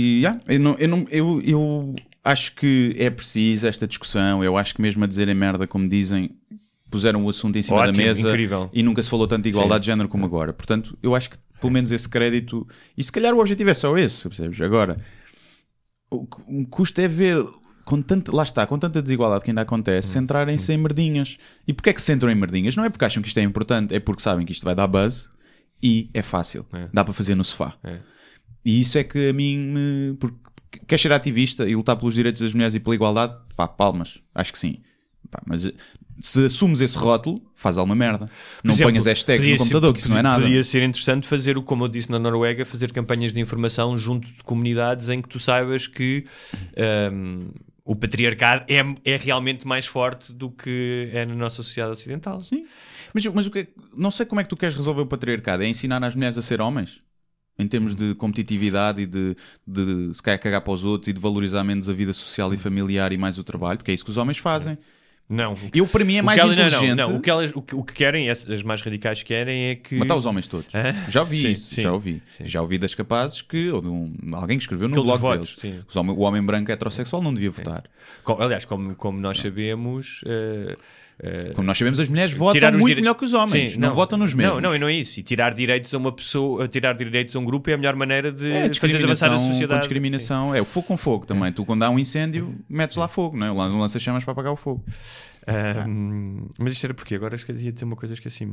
Eu acho que é preciso esta discussão. Eu acho que mesmo a dizerem merda como dizem, puseram o assunto em cima da mesa. Incrível. E nunca se falou tanto de igualdade de género como agora. Portanto, eu acho que pelo menos esse crédito, e se calhar o objetivo é só esse, percebes? Agora, o custo é ver com tanta desigualdade que ainda acontece, centrarem-se em merdinhas. E porquê é que se centram em merdinhas? Não é porque acham que isto é importante, é porque sabem que isto vai dar buzz e é fácil. Dá para fazer no sofá. E isso é que a mim porque quer ser ativista e lutar pelos direitos das mulheres e pela igualdade, palmas, acho que sim. Mas se assumes esse rótulo, faz alguma merda. Não ponhas hashtags no computador, que isso não é nada. Podia ser interessante fazer, como eu disse na Noruega, fazer campanhas de informação junto de comunidades em que tu saibas que o patriarcado é realmente mais forte do que é na nossa sociedade ocidental. Sim. Mas o que não sei como é que tu queres resolver o patriarcado. É ensinar às mulheres a ser homens? Em termos de competitividade e de se calhar cagar para os outros e de valorizar menos a vida social e familiar e mais o trabalho, porque é isso que os homens fazem. Não. Para mim é mais inteligente. Não. O que querem, as mais radicais querem é que... Matar os homens todos. Já ouvi isso. Já ouvi. Já ouvi das capazes ou alguém que escreveu no blog deles. O homem branco heterossexual não devia votar. Aliás, como nós sabemos... Como nós sabemos, as mulheres votam muito melhor que os homens. Não votam nos mesmos. Não, e não é isso. E tirar direitos a uma pessoa, tirar direitos a um grupo é a melhor maneira de fazer avançar a sociedade. Com discriminação. É o fogo com fogo também. Tu, quando há um incêndio, metes lá fogo, não é? Não lanças chamas para apagar o fogo. Mas isto era porque agora esqueci de ter uma coisa, esqueci-me.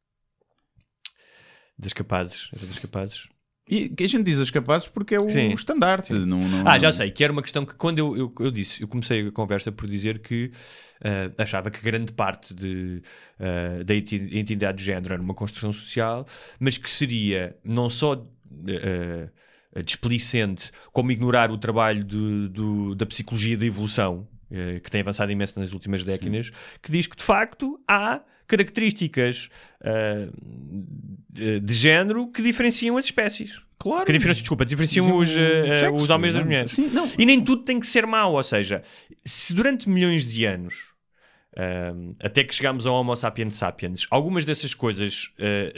Das capazes. Era das capazes. E que a gente diz as capazes porque é o estandarte. Já sei, que era uma questão que quando eu comecei a conversa por dizer que achava que grande parte da identidade de género era uma construção social, mas que seria não só desplicente como ignorar o trabalho da psicologia da evolução, que tem avançado imenso nas últimas décadas, que diz que de facto há características de género que diferenciam as espécies. Claro. Que diferenciam os homens das mulheres. Sim, não. E nem tudo tem que ser mau. Ou seja, se durante milhões de anos, até que chegamos ao Homo sapiens sapiens, algumas dessas coisas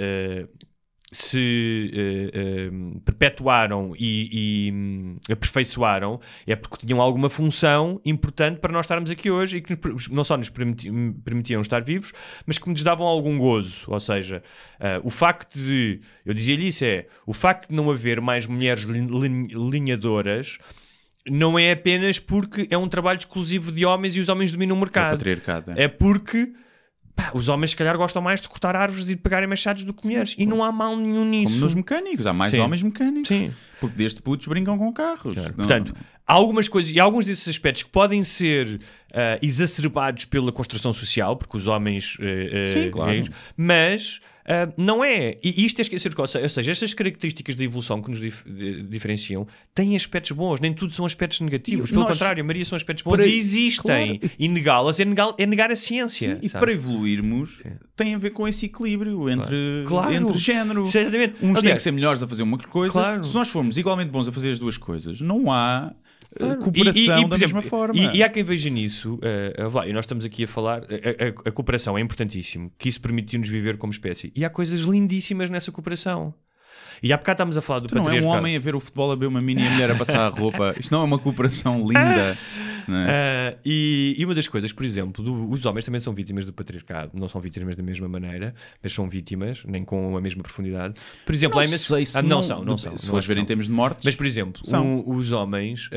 se perpetuaram e aperfeiçoaram, é porque tinham alguma função importante para nós estarmos aqui hoje e que não só nos permitiam estar vivos, mas que nos davam algum gozo. Ou seja, o facto de, eu dizia-lhe isso, o facto de não haver mais mulheres linhadoras não é apenas porque é um trabalho exclusivo de homens e os homens dominam o mercado. É o patriarcado. É porque os homens, se calhar, gostam mais de cortar árvores e de pegarem machados do que mulheres. E não há mal nenhum nisso. Como nos mecânicos. Há mais homens mecânicos. Sim. Porque desde putos brincam com carros. Claro. Portanto, há algumas coisas e alguns desses aspectos que podem ser exacerbados pela construção social, porque os homens... Sim, claro. Mas... não é. E isto é esquecer que, ou seja, estas características da evolução que nos diferenciam têm aspectos bons, nem tudo são aspectos negativos. Pelo contrário, a maioria são aspectos bons e existem. Claro. E negá-las é negar a ciência. Sim, e para evoluirmos tem a ver com esse equilíbrio entre género. Exatamente. Uns têm que ser melhores a fazer uma coisa. Se nós formos igualmente bons a fazer as duas coisas, não há... cooperação da mesma forma. E há quem veja nisso, e nós estamos aqui a falar, a cooperação é importantíssimo, que isso permitiu-nos viver como espécie. E há coisas lindíssimas nessa cooperação. E há bocado estamos a falar do patriarcado. Não é um homem a ver o futebol, a ver uma mini e a mulher a passar a roupa. Isto não é uma cooperação linda. Não é? E uma das coisas, por exemplo, os homens também são vítimas do patriarcado. Não são vítimas da mesma maneira, mas são vítimas, nem com a mesma profundidade. Por exemplo, não são. Se fores ver em termos de mortes. Mas, por exemplo, os homens,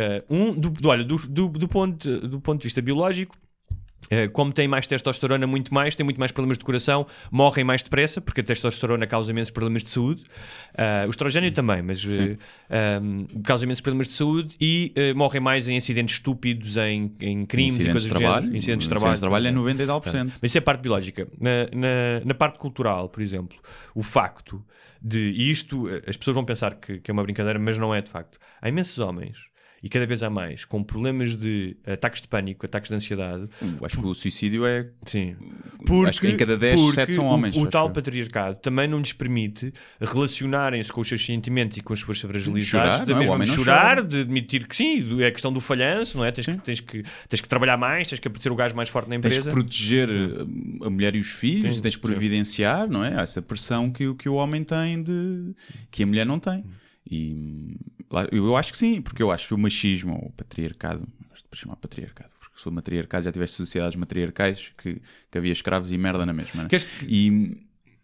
do ponto de vista biológico, como têm mais testosterona, têm muito mais problemas de coração, morrem mais depressa, porque a testosterona causa imensos problemas de saúde. O estrogênio também, mas causa imensos problemas de saúde e morrem mais em acidentes estúpidos, em crimes e coisas do género. Incidentes de trabalho é 90 e tal %. Mas isso é a parte biológica. Na parte cultural, por exemplo, o facto de... E isto, as pessoas vão pensar que é uma brincadeira, mas não é de facto. Há imensos homens, e cada vez há mais, com problemas de ataques de pânico, ataques de ansiedade. Acho que o suicídio é... Sim. Acho que em cada 10, 7 são homens. O tal patriarcado também não lhes permite relacionarem-se com os seus sentimentos e com as suas fragilidades. Chorar, de admitir que sim, é a questão do falhanço, não é? Tens que trabalhar mais, tens que ser o gajo mais forte na empresa. Tens que proteger a mulher e os filhos, tens que providenciar, não é? Há essa pressão que o homem tem que a mulher não tem. E eu acho que sim, porque eu acho que o machismo, ou o patriarcado, gosto de chamar patriarcado, porque se for matriarcado já tiveste sociedades matriarcais que havia escravos e merda na mesma, né? E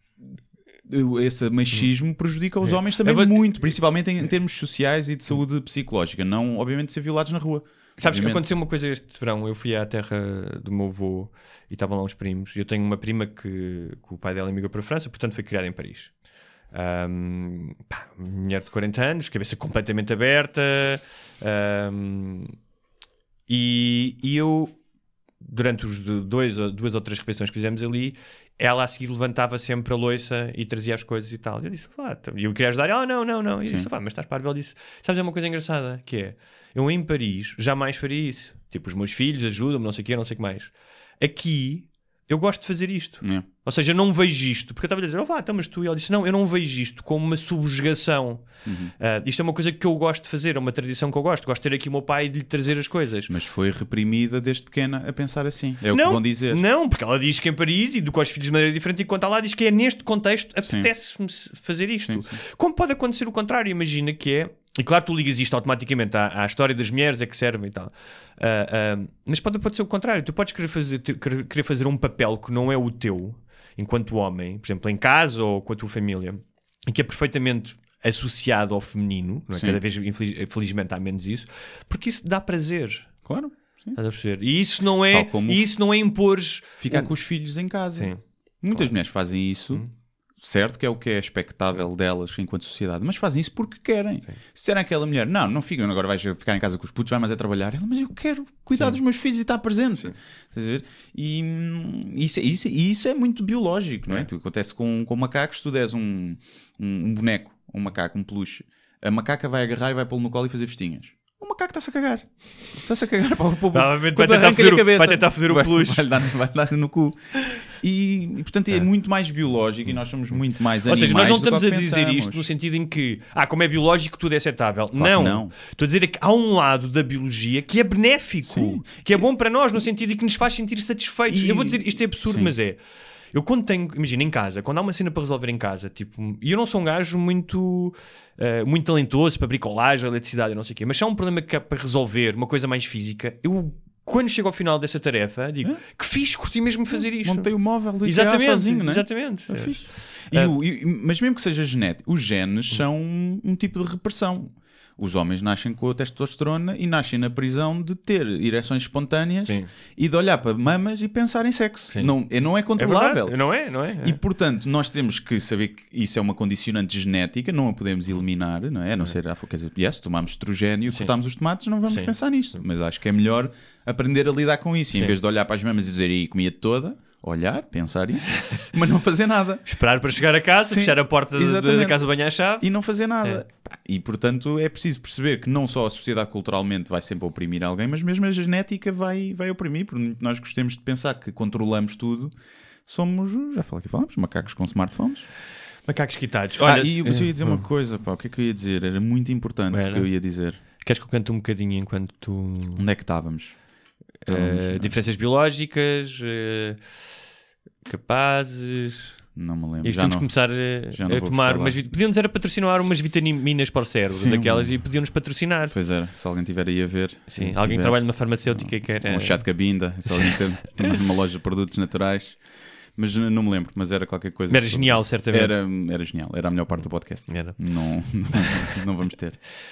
esse machismo prejudica os homens também muito, principalmente em termos sociais e de saúde psicológica, não obviamente ser violados na rua. Sabes que aconteceu uma coisa este verão, eu fui à terra do meu avô e estavam lá uns primos, e eu tenho uma prima que o pai dela emigrou para a França, portanto foi criada em Paris. Mulher de 40 anos, cabeça completamente aberta, e eu, durante os duas ou três refeições que fizemos ali, ela a seguir levantava sempre a louça e trazia as coisas e tal. Eu disse, e eu queria ajudar, não. E eu disse, mas estás parvo? Ele disse, sabes, é uma coisa engraçada, que é, eu em Paris jamais faria isso. Tipo, os meus filhos ajudam-me, não sei o que mais. Aqui, eu gosto de fazer isto. Yeah. Ou seja, eu não vejo isto. Porque eu estava a dizer, então, mas tu... E ela disse, não, eu não vejo isto como uma subjugação. Isto é uma coisa que eu gosto de fazer, é uma tradição que eu gosto. Gosto de ter aqui o meu pai e de lhe trazer as coisas. Mas foi reprimida desde pequena a pensar assim. É o que vão dizer. Não, porque ela diz que em Paris e educa os filhos de maneira diferente, e quando está lá diz que é neste contexto, apetece-me fazer isto. Sim. Como pode acontecer o contrário? Imagina que é... E claro, tu ligas isto automaticamente à história das mulheres, é que serve e tal. Mas pode ser o contrário. Tu podes querer fazer um papel que não é o teu, enquanto homem, por exemplo, em casa ou com a tua família, e que é perfeitamente associado ao feminino, não é? Cada vez, infelizmente, há menos isso, porque isso dá prazer. Claro. Sim. Estás a perceber? E isso não é impor... Ficar com os filhos em casa. Sim. Muitas mulheres fazem isso... Certo que é o que é expectável delas enquanto sociedade, mas fazem isso porque querem. Se disserem àquela mulher, não ficam, agora vais ficar em casa com os putos, vai mais a trabalhar. Ela, mas eu quero cuidar dos meus filhos e estar presente. E isso é muito biológico, não é? Acontece com macacos, tu des um boneco, um macaco, um peluche, a macaca vai agarrar e vai pô-lo no colo e fazer festinhas. O macaco está-se a cagar. Está-se a cagar para o puto. Vai tentar fazer o peluche. Vai dar no cu. E portanto é muito mais biológico e nós somos muito mais animais. Ou seja, nós não estamos a pensamos. dizer isto no sentido em que como é biológico tudo é aceitável. Claro não. Estou a dizer que há um lado da biologia que é benéfico, que é bom para nós no sentido de que nos faz sentir satisfeitos. Eu vou dizer, isto é absurdo, mas é... Eu quando tenho, imagina, em casa, quando há uma cena para resolver em casa, tipo, e eu não sou um gajo muito talentoso para bricolagem, eletricidade e não sei o quê, mas se há um problema que é para resolver, uma coisa mais física, eu, quando chego ao final dessa tarefa, digo, que fixe, curti mesmo fazer isto. Montei o móvel do IKEA sozinho, não é? Exatamente. É fixe. Mas mesmo que seja genético, os genes são um tipo de repressão. Os homens nascem com a testosterona e nascem na prisão de ter ereções espontâneas e de olhar para mamas e pensar em sexo. Não é controlável. Não é. E, portanto, nós temos que saber que isso é uma condicionante genética, não a podemos eliminar, não é? A não ser, quer dizer, se tomamos estrogênio e cortamos os tomates, não vamos pensar nisso. Mas acho que é melhor aprender a lidar com isso. E, em vez de olhar para as mamas e dizer, comia toda... Olhar, pensar isso, mas não fazer nada. Esperar para chegar a casa, fechar a porta da casa de banho à chave. E não fazer nada. E, portanto, é preciso perceber que não só a sociedade culturalmente vai sempre oprimir alguém, mas mesmo a genética vai oprimir. Porque nós gostamos de pensar que controlamos tudo. Somos, já falamos, macacos com smartphones. Macacos quitados. Olha, e eu ia dizer uma coisa, o que é que eu ia dizer? Era muito importante o que eu ia dizer. Queres que eu cante um bocadinho enquanto tu... Onde é que estávamos? Diferenças biológicas, capazes. Não me lembro. E temos que começar a tomar umas. Podiam-nos era patrocinar umas vitaminas para o cérebro, daquelas, e podiam-nos patrocinar. Pois era, se alguém tiver aí a ver. Sim, alguém que trabalha numa farmacêutica que era. Um chá de cabinda, se alguém tem uma loja de produtos naturais. Mas não me lembro, mas era qualquer coisa. Era genial, certamente. Era genial, era a melhor parte do podcast. Era. Não vamos ter.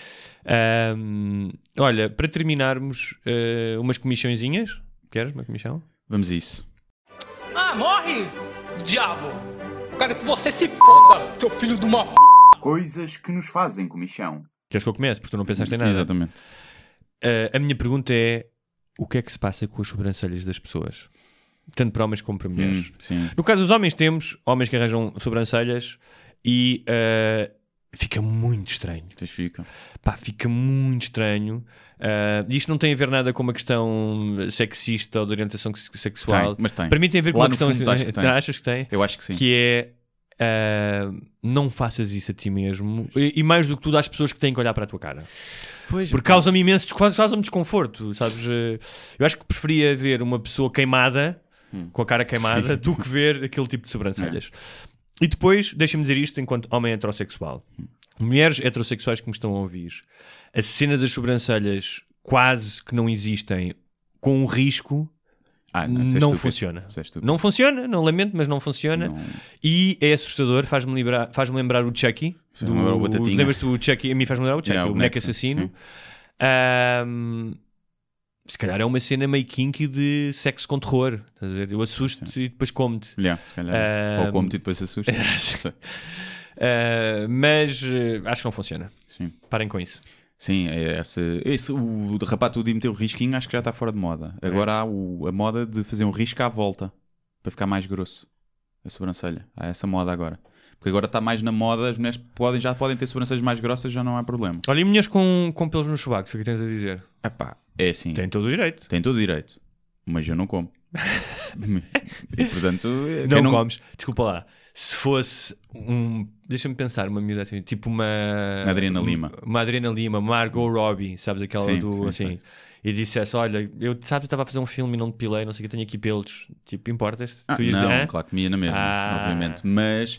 Olha, para terminarmos, umas comissõezinhas. Queres uma comissão? Vamos a isso. Morre, diabo! Eu quero que você se foda, seu filho de uma... Coisas que nos fazem comichão. Queres que eu comece? Porque tu não pensaste em nada. Exatamente. A minha pergunta é, o que é que se passa com as sobrancelhas das pessoas? Tanto para homens como para mulheres. Sim. No caso dos homens, temos homens que arranjam sobrancelhas e... fica muito estranho. Fica muito estranho. Isto não tem a ver nada com uma questão sexista ou de orientação sexual. Tem, mas tem. Para mim tem a ver com uma questão... Achas que tem? Eu acho que sim. Que é... não faças isso a ti mesmo. E mais do que tudo às pessoas que têm que olhar para a tua cara. Porque causa-me imenso... Causa-me desconforto, sabes? Eu acho que preferia ver uma pessoa queimada, com a cara queimada, do que ver aquele tipo de sobrancelhas. E depois, deixa-me dizer isto enquanto homem heterossexual. Mulheres heterossexuais que me estão a ouvir. A cena das sobrancelhas quase que não existem, com um risco, não funciona. Não funciona, não lamento, mas não funciona. Não. E é assustador, faz-me lembrar o Chucky. Lembras-te do Chucky? A mim faz-me lembrar o Chucky, o boneco assassino. Se calhar é uma cena meio kinky de sexo com terror. Estás a ver? Eu assusto-te e depois como-te. Ou como-te e depois assusto. Mas acho que não funciona. Sim. Parem com isso. Sim, o de rapar tudo e meter o risquinho acho que já está fora de moda. Agora há a moda de fazer um risco à volta para ficar mais grosso a sobrancelha. Há essa moda agora. Porque agora está mais na moda, as mulheres já podem ter sobrancelhas mais grossas, já não há problema. Olha, e mulheres com pelos nos sovacos, o que tens a dizer? É assim. Tem todo o direito. Tem todo o direito. Mas eu não como. E portanto... Não comes. Desculpa lá. Se fosse deixa-me pensar, uma miúda assim, tipo uma Adriana Lima, uma Margot Robbie, sabes, aquela sim, do sim, assim, sim. E dissesse, olha, eu estava a fazer um filme e não depilei, não sei o que, tenho aqui pelos, tipo, importas? Não, dizer, claro que me ia na mesma, obviamente, mas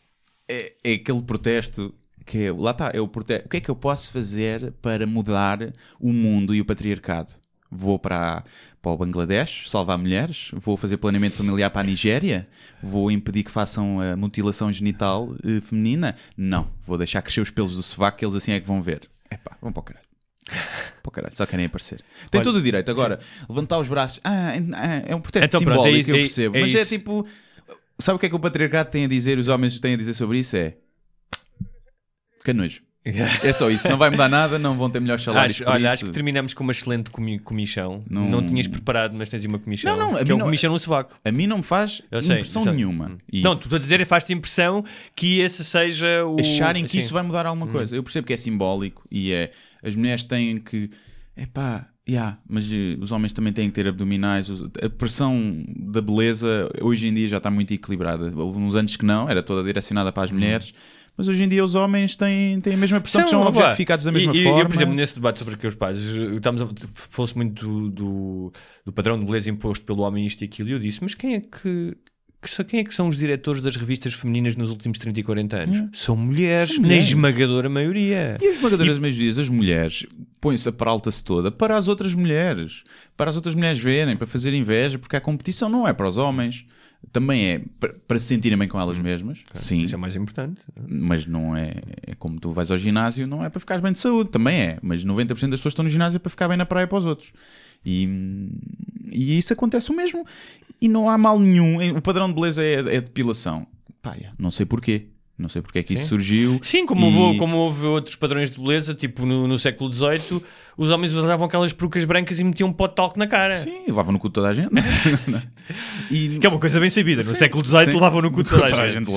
é aquele protesto que é, lá está, é o protesto. O que é que eu posso fazer para mudar o mundo e o patriarcado? Vou para o Bangladesh salvar mulheres? Vou fazer planeamento familiar para a Nigéria? Vou impedir que façam a mutilação genital feminina? Não. Vou deixar crescer os pelos do sovaco, que eles assim é que vão ver. Epá, vão para o caralho. Para o caralho, só querem aparecer. Tem todo o direito. Agora, levantar os braços. É um protesto então, simbólico, pronto, eu percebo. Mas isso. é tipo... Sabe o que é que o patriarcado tem a dizer, os homens têm a dizer sobre isso? É... Que nojo. É só isso, não vai mudar nada, não vão ter melhores salários. Acho que terminamos com uma excelente comichão. Não tinhas preparado, mas tens uma comichão. Não, que é um comichão no sovaco. A mim não me faz impressão nenhuma. Não, tu a dizer, faz-te impressão que esse seja o... Acharem que isso vai mudar alguma coisa. Eu percebo que é simbólico e é... As mulheres têm que... mas os homens também têm que ter abdominais. A pressão da beleza hoje em dia já está muito equilibrada. Houve uns anos que não, era toda direcionada para as mulheres. Mas hoje em dia os homens têm a mesma pressão, que são objetificados da mesma forma. Eu, por exemplo, nesse debate sobre os pais, falou-se muito do padrão de beleza imposto pelo homem, isto e aquilo, e eu disse, mas quem é que são os diretores das revistas femininas nos últimos 30 e 40 anos? São mulheres, na esmagadora maioria. E a esmagadora maioria das mulheres põe-se a peralta-se toda para as outras mulheres. Para as outras mulheres verem, para fazer inveja, porque a competição não é para os homens. Também é para se sentirem bem com elas mesmas. Sim. Isso é mais importante. Mas não é como tu vais ao ginásio, não é para ficares bem de saúde. Também é. Mas 90% das pessoas estão no ginásio para ficar bem na praia para os outros. E isso acontece o mesmo. E não há mal nenhum. O padrão de beleza é depilação. Não sei porquê. Não sei porque é que isso surgiu. Sim, como houve outros padrões de beleza, tipo no século XVIII, os homens usavam aquelas perucas brancas e metiam um pó de talco na cara. Sim, levavam no cu de toda a gente. Que é uma coisa bem sabida. No século XVIII levavam no cu de toda a gente.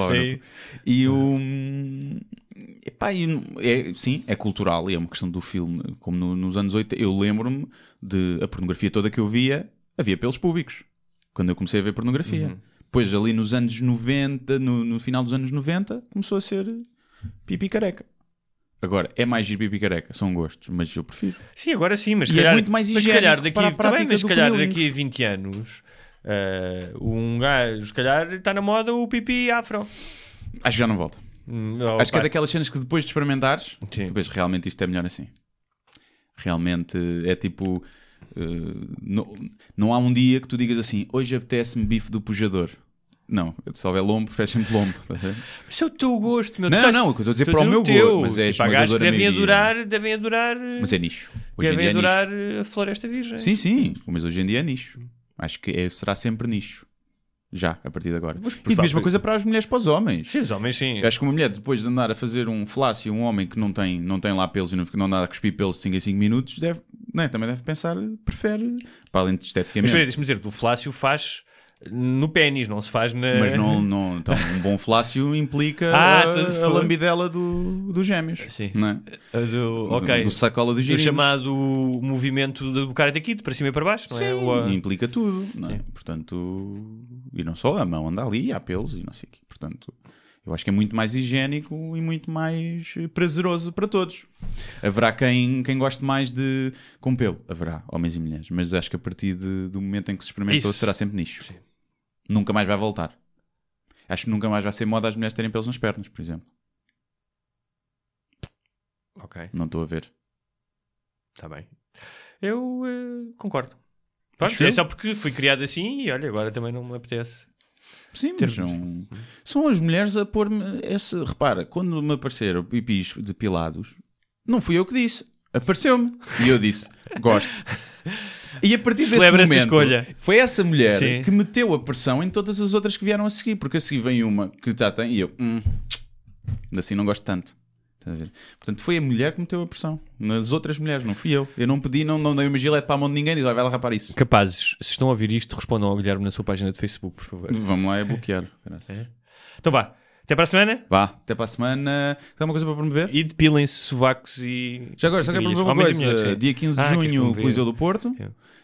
Sim, é cultural e é uma questão do filme. Como nos anos 80, eu lembro-me de a pornografia toda que eu via, havia pelos públicos. Quando eu comecei a ver pornografia. Depois, ali nos anos 90, no final dos anos 90, começou a ser pipi careca. Agora, é mais giro pipi careca, são gostos, mas eu prefiro. Sim, agora sim, mas é muito mais higiênico para a prática mas se calhar daqui a 20 anos, um gajo, se calhar, está na moda o pipi afro. Acho que já não volta. Acho que é daquelas cenas que depois de experimentares, depois realmente isto é melhor assim. Realmente é tipo... não há um dia que tu digas assim, hoje apetece-me bife do pujador. Não, se houver lombo, fecha sempre lombo. Isso é o teu gosto, meu. Não, o que eu estou a dizer para o meu gosto. Mas é tipo, devem adorar. Mas é nicho. Devem adorar a Floresta Virgem. Sim, mas hoje em dia é nicho. Acho que será sempre nicho. Já, a partir de agora. E a mesma coisa para as mulheres, para os homens. Sim, os homens, sim. Eu acho que uma mulher, depois de andar a fazer um flácio, um homem que não tem lá pelos e não anda a cuspir pelos de 5 em 5 minutos, também deve pensar, prefere, para além de esteticamente. Mas espera, deixa-me dizer, o flácio faz no pénis, não se faz na... Mas não então, um bom flácio implica a lambidela dos gêmeos. Sim. Não é? Do sacola do girinos. O chamado movimento do Karate Kid, para cima e para baixo, não é? Sim, implica tudo. Não é? Portanto, e não só, a mão anda ali e há pelos e não sei o quê. Portanto, eu acho que é muito mais higiênico e muito mais prazeroso para todos. Haverá quem goste mais de com pelo. Haverá, homens e mulheres. Mas acho que a partir do momento em que se experimentou será sempre nicho. Sim. Nunca mais vai voltar. Acho que nunca mais vai ser moda as mulheres terem pelos nas pernas, por exemplo. Ok. Não estou a ver. Está bem. Eu concordo. Pronto, é só porque fui criado assim e olha, agora também não me apetece. Sim, mas são as mulheres a pôr-me esse... Repara, quando me apareceram pipis depilados, não fui eu que disse. Apareceu-me. E eu disse, gosto. E a partir desse momento, foi essa mulher que meteu a pressão em todas as outras que vieram a seguir. Porque a seguir vem uma que já tem e eu, assim não gosto tanto. Portanto, foi a mulher que meteu a pressão nas outras mulheres, não fui eu. Eu não pedi, não dei uma gilete para a mão de ninguém e disse, vai lá rapar isso. Capazes, se estão a ouvir isto, respondam ao Guilherme na sua página de Facebook, por favor. Vamos lá, é bloquear. Então vá, até para a semana. Vá, até para a semana. Tem alguma coisa para promover? E depilem-se sovacos e... Já agora, só quero promover uma coisa. Dia 15 de junho, Coliseu do Porto.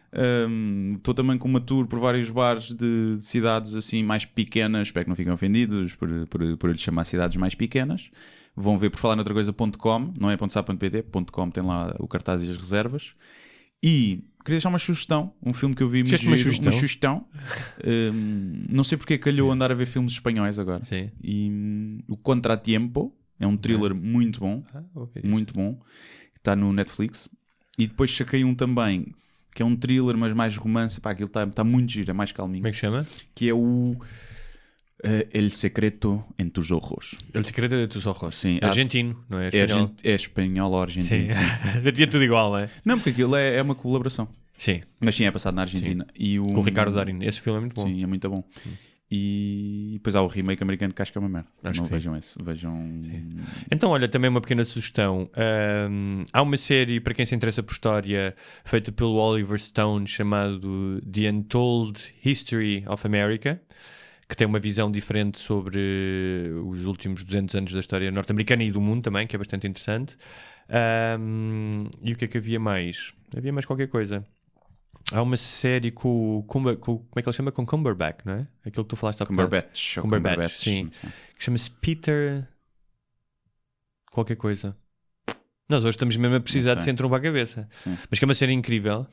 Estou também com uma tour por vários bares de cidades assim mais pequenas. Espero que não fiquem ofendidos por lhes chamar cidades mais pequenas. Vão ver por falar noutra coisa.com, não é .sa.pt, .com tem lá o cartaz e as reservas. E queria deixar uma sugestão, um filme que eu vi muito giro, uma sugestão. Não sei porque calhou andar a ver filmes espanhóis agora. Sim. E o Contratiempo é um thriller muito bom, muito bom. Está no Netflix. E depois saquei um também, que é um thriller, mas mais romance. Pá, aquilo está muito giro, é mais calminho. Como é que chama? Que é o El Secreto en tus Ojos. El Secreto de tus Ojos. Sim. Argentino, não é espanhol? É espanhol ou argentino, sim. Já tinha tudo igual, não é? Não, porque aquilo é uma colaboração. Sim. Mas sim, é passado na Argentina. E com o Ricardo Darín. Esse filme é muito bom. Sim, é muito bom. E depois há o remake americano que acho que é uma merda. Não vejam esse. Vejam... Então, olha, também uma pequena sugestão. Há uma série, para quem se interessa por história, feita pelo Oliver Stone, chamado The Untold History of America, que tem uma visão diferente sobre os últimos 200 anos da história norte-americana e do mundo também, que é bastante interessante. E o que é que havia mais? Havia mais qualquer coisa. Há uma série com como é que ele chama? Com Cumberbatch, não é? Aquilo que tu falaste há bocado. Cumberbatch, sim. Que chama-se Peter... qualquer coisa. Nós hoje estamos mesmo a precisar de centro para a cabeça. Sim. Mas que é uma série incrível.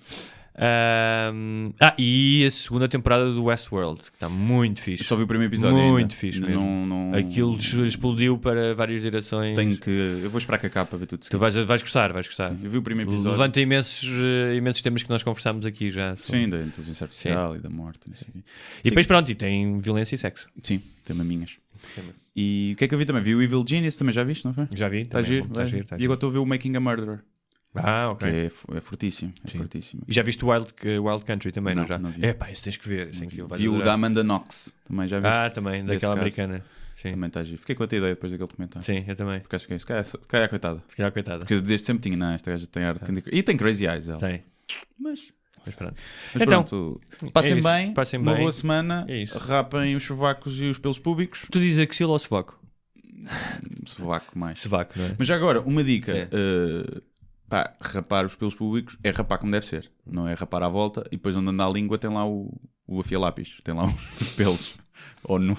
E a segunda temporada do Westworld, que está muito fixe. Eu só vi o primeiro episódio muito ainda. Fixe mesmo. Aquilo explodiu para várias direções. Eu vou esperar que acabe para ver tudo. Tu vais gostar. Sim, eu vi o primeiro episódio. Levanta imensos temas que nós conversámos aqui já. Sim, da inteligência artificial e da morte. E depois pronto, e tem violência e sexo. Sim, tem maminhas. E o que é que eu vi também? Vi o Evil Genius, também já viste, não foi? Já vi. Está giro. E agora estou a ver o Making a Murderer. Ok. É fortíssimo. E já viste o Wild Country também, não já? Não vi. Esse tens que ver. Vi o da Amanda Knox, também já viste? Também, daquela americana. Sim. Também está giro. Fiquei com a tua ideia depois daquele documentário. Sim, eu também. Porque acho que se calhar coitada. Porque desde sempre tinha, esta gaja tem arte. E tem crazy eyes, ela. Tem. Mas pronto. Então, passem bem, uma boa semana, rapem os sovacos e os pelos públicos. Tu dizes axila ou sovaco? Sovaco mais. Sovaco, não é? Mas já agora, uma dica... rapar os pelos públicos é rapar como deve ser, não é rapar à volta e depois onde anda a língua tem lá o afia-lápis, tem lá os pelos ou no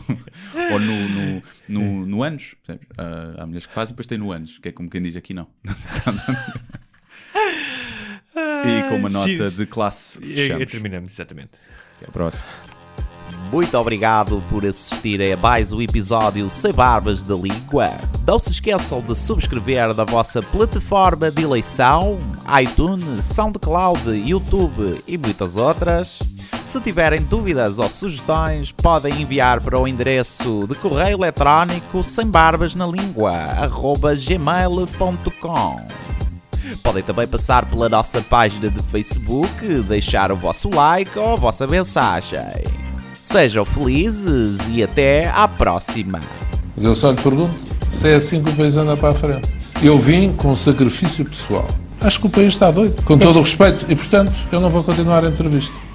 ânus. Há mulheres que fazem e depois tem no ânus, que é como quem diz aqui não. E com uma nota de classe e terminamos, exatamente. Até a próxima. Muito obrigado por assistirem a mais um episódio Sem Barbas da Língua. Não se esqueçam de subscrever na vossa plataforma de eleição, iTunes, SoundCloud, YouTube e muitas outras. Se tiverem dúvidas ou sugestões, podem enviar para o endereço de correio eletrónico sembarbasnalingua@gmail.com. Podem também passar pela nossa página de Facebook, deixar o vosso like ou a vossa mensagem. Sejam felizes e até à próxima. Mas eu só lhe pergunto se é assim que o país anda para a frente. Eu vim com sacrifício pessoal. Acho que o país está doido, com todo o respeito, e portanto eu não vou continuar a entrevista.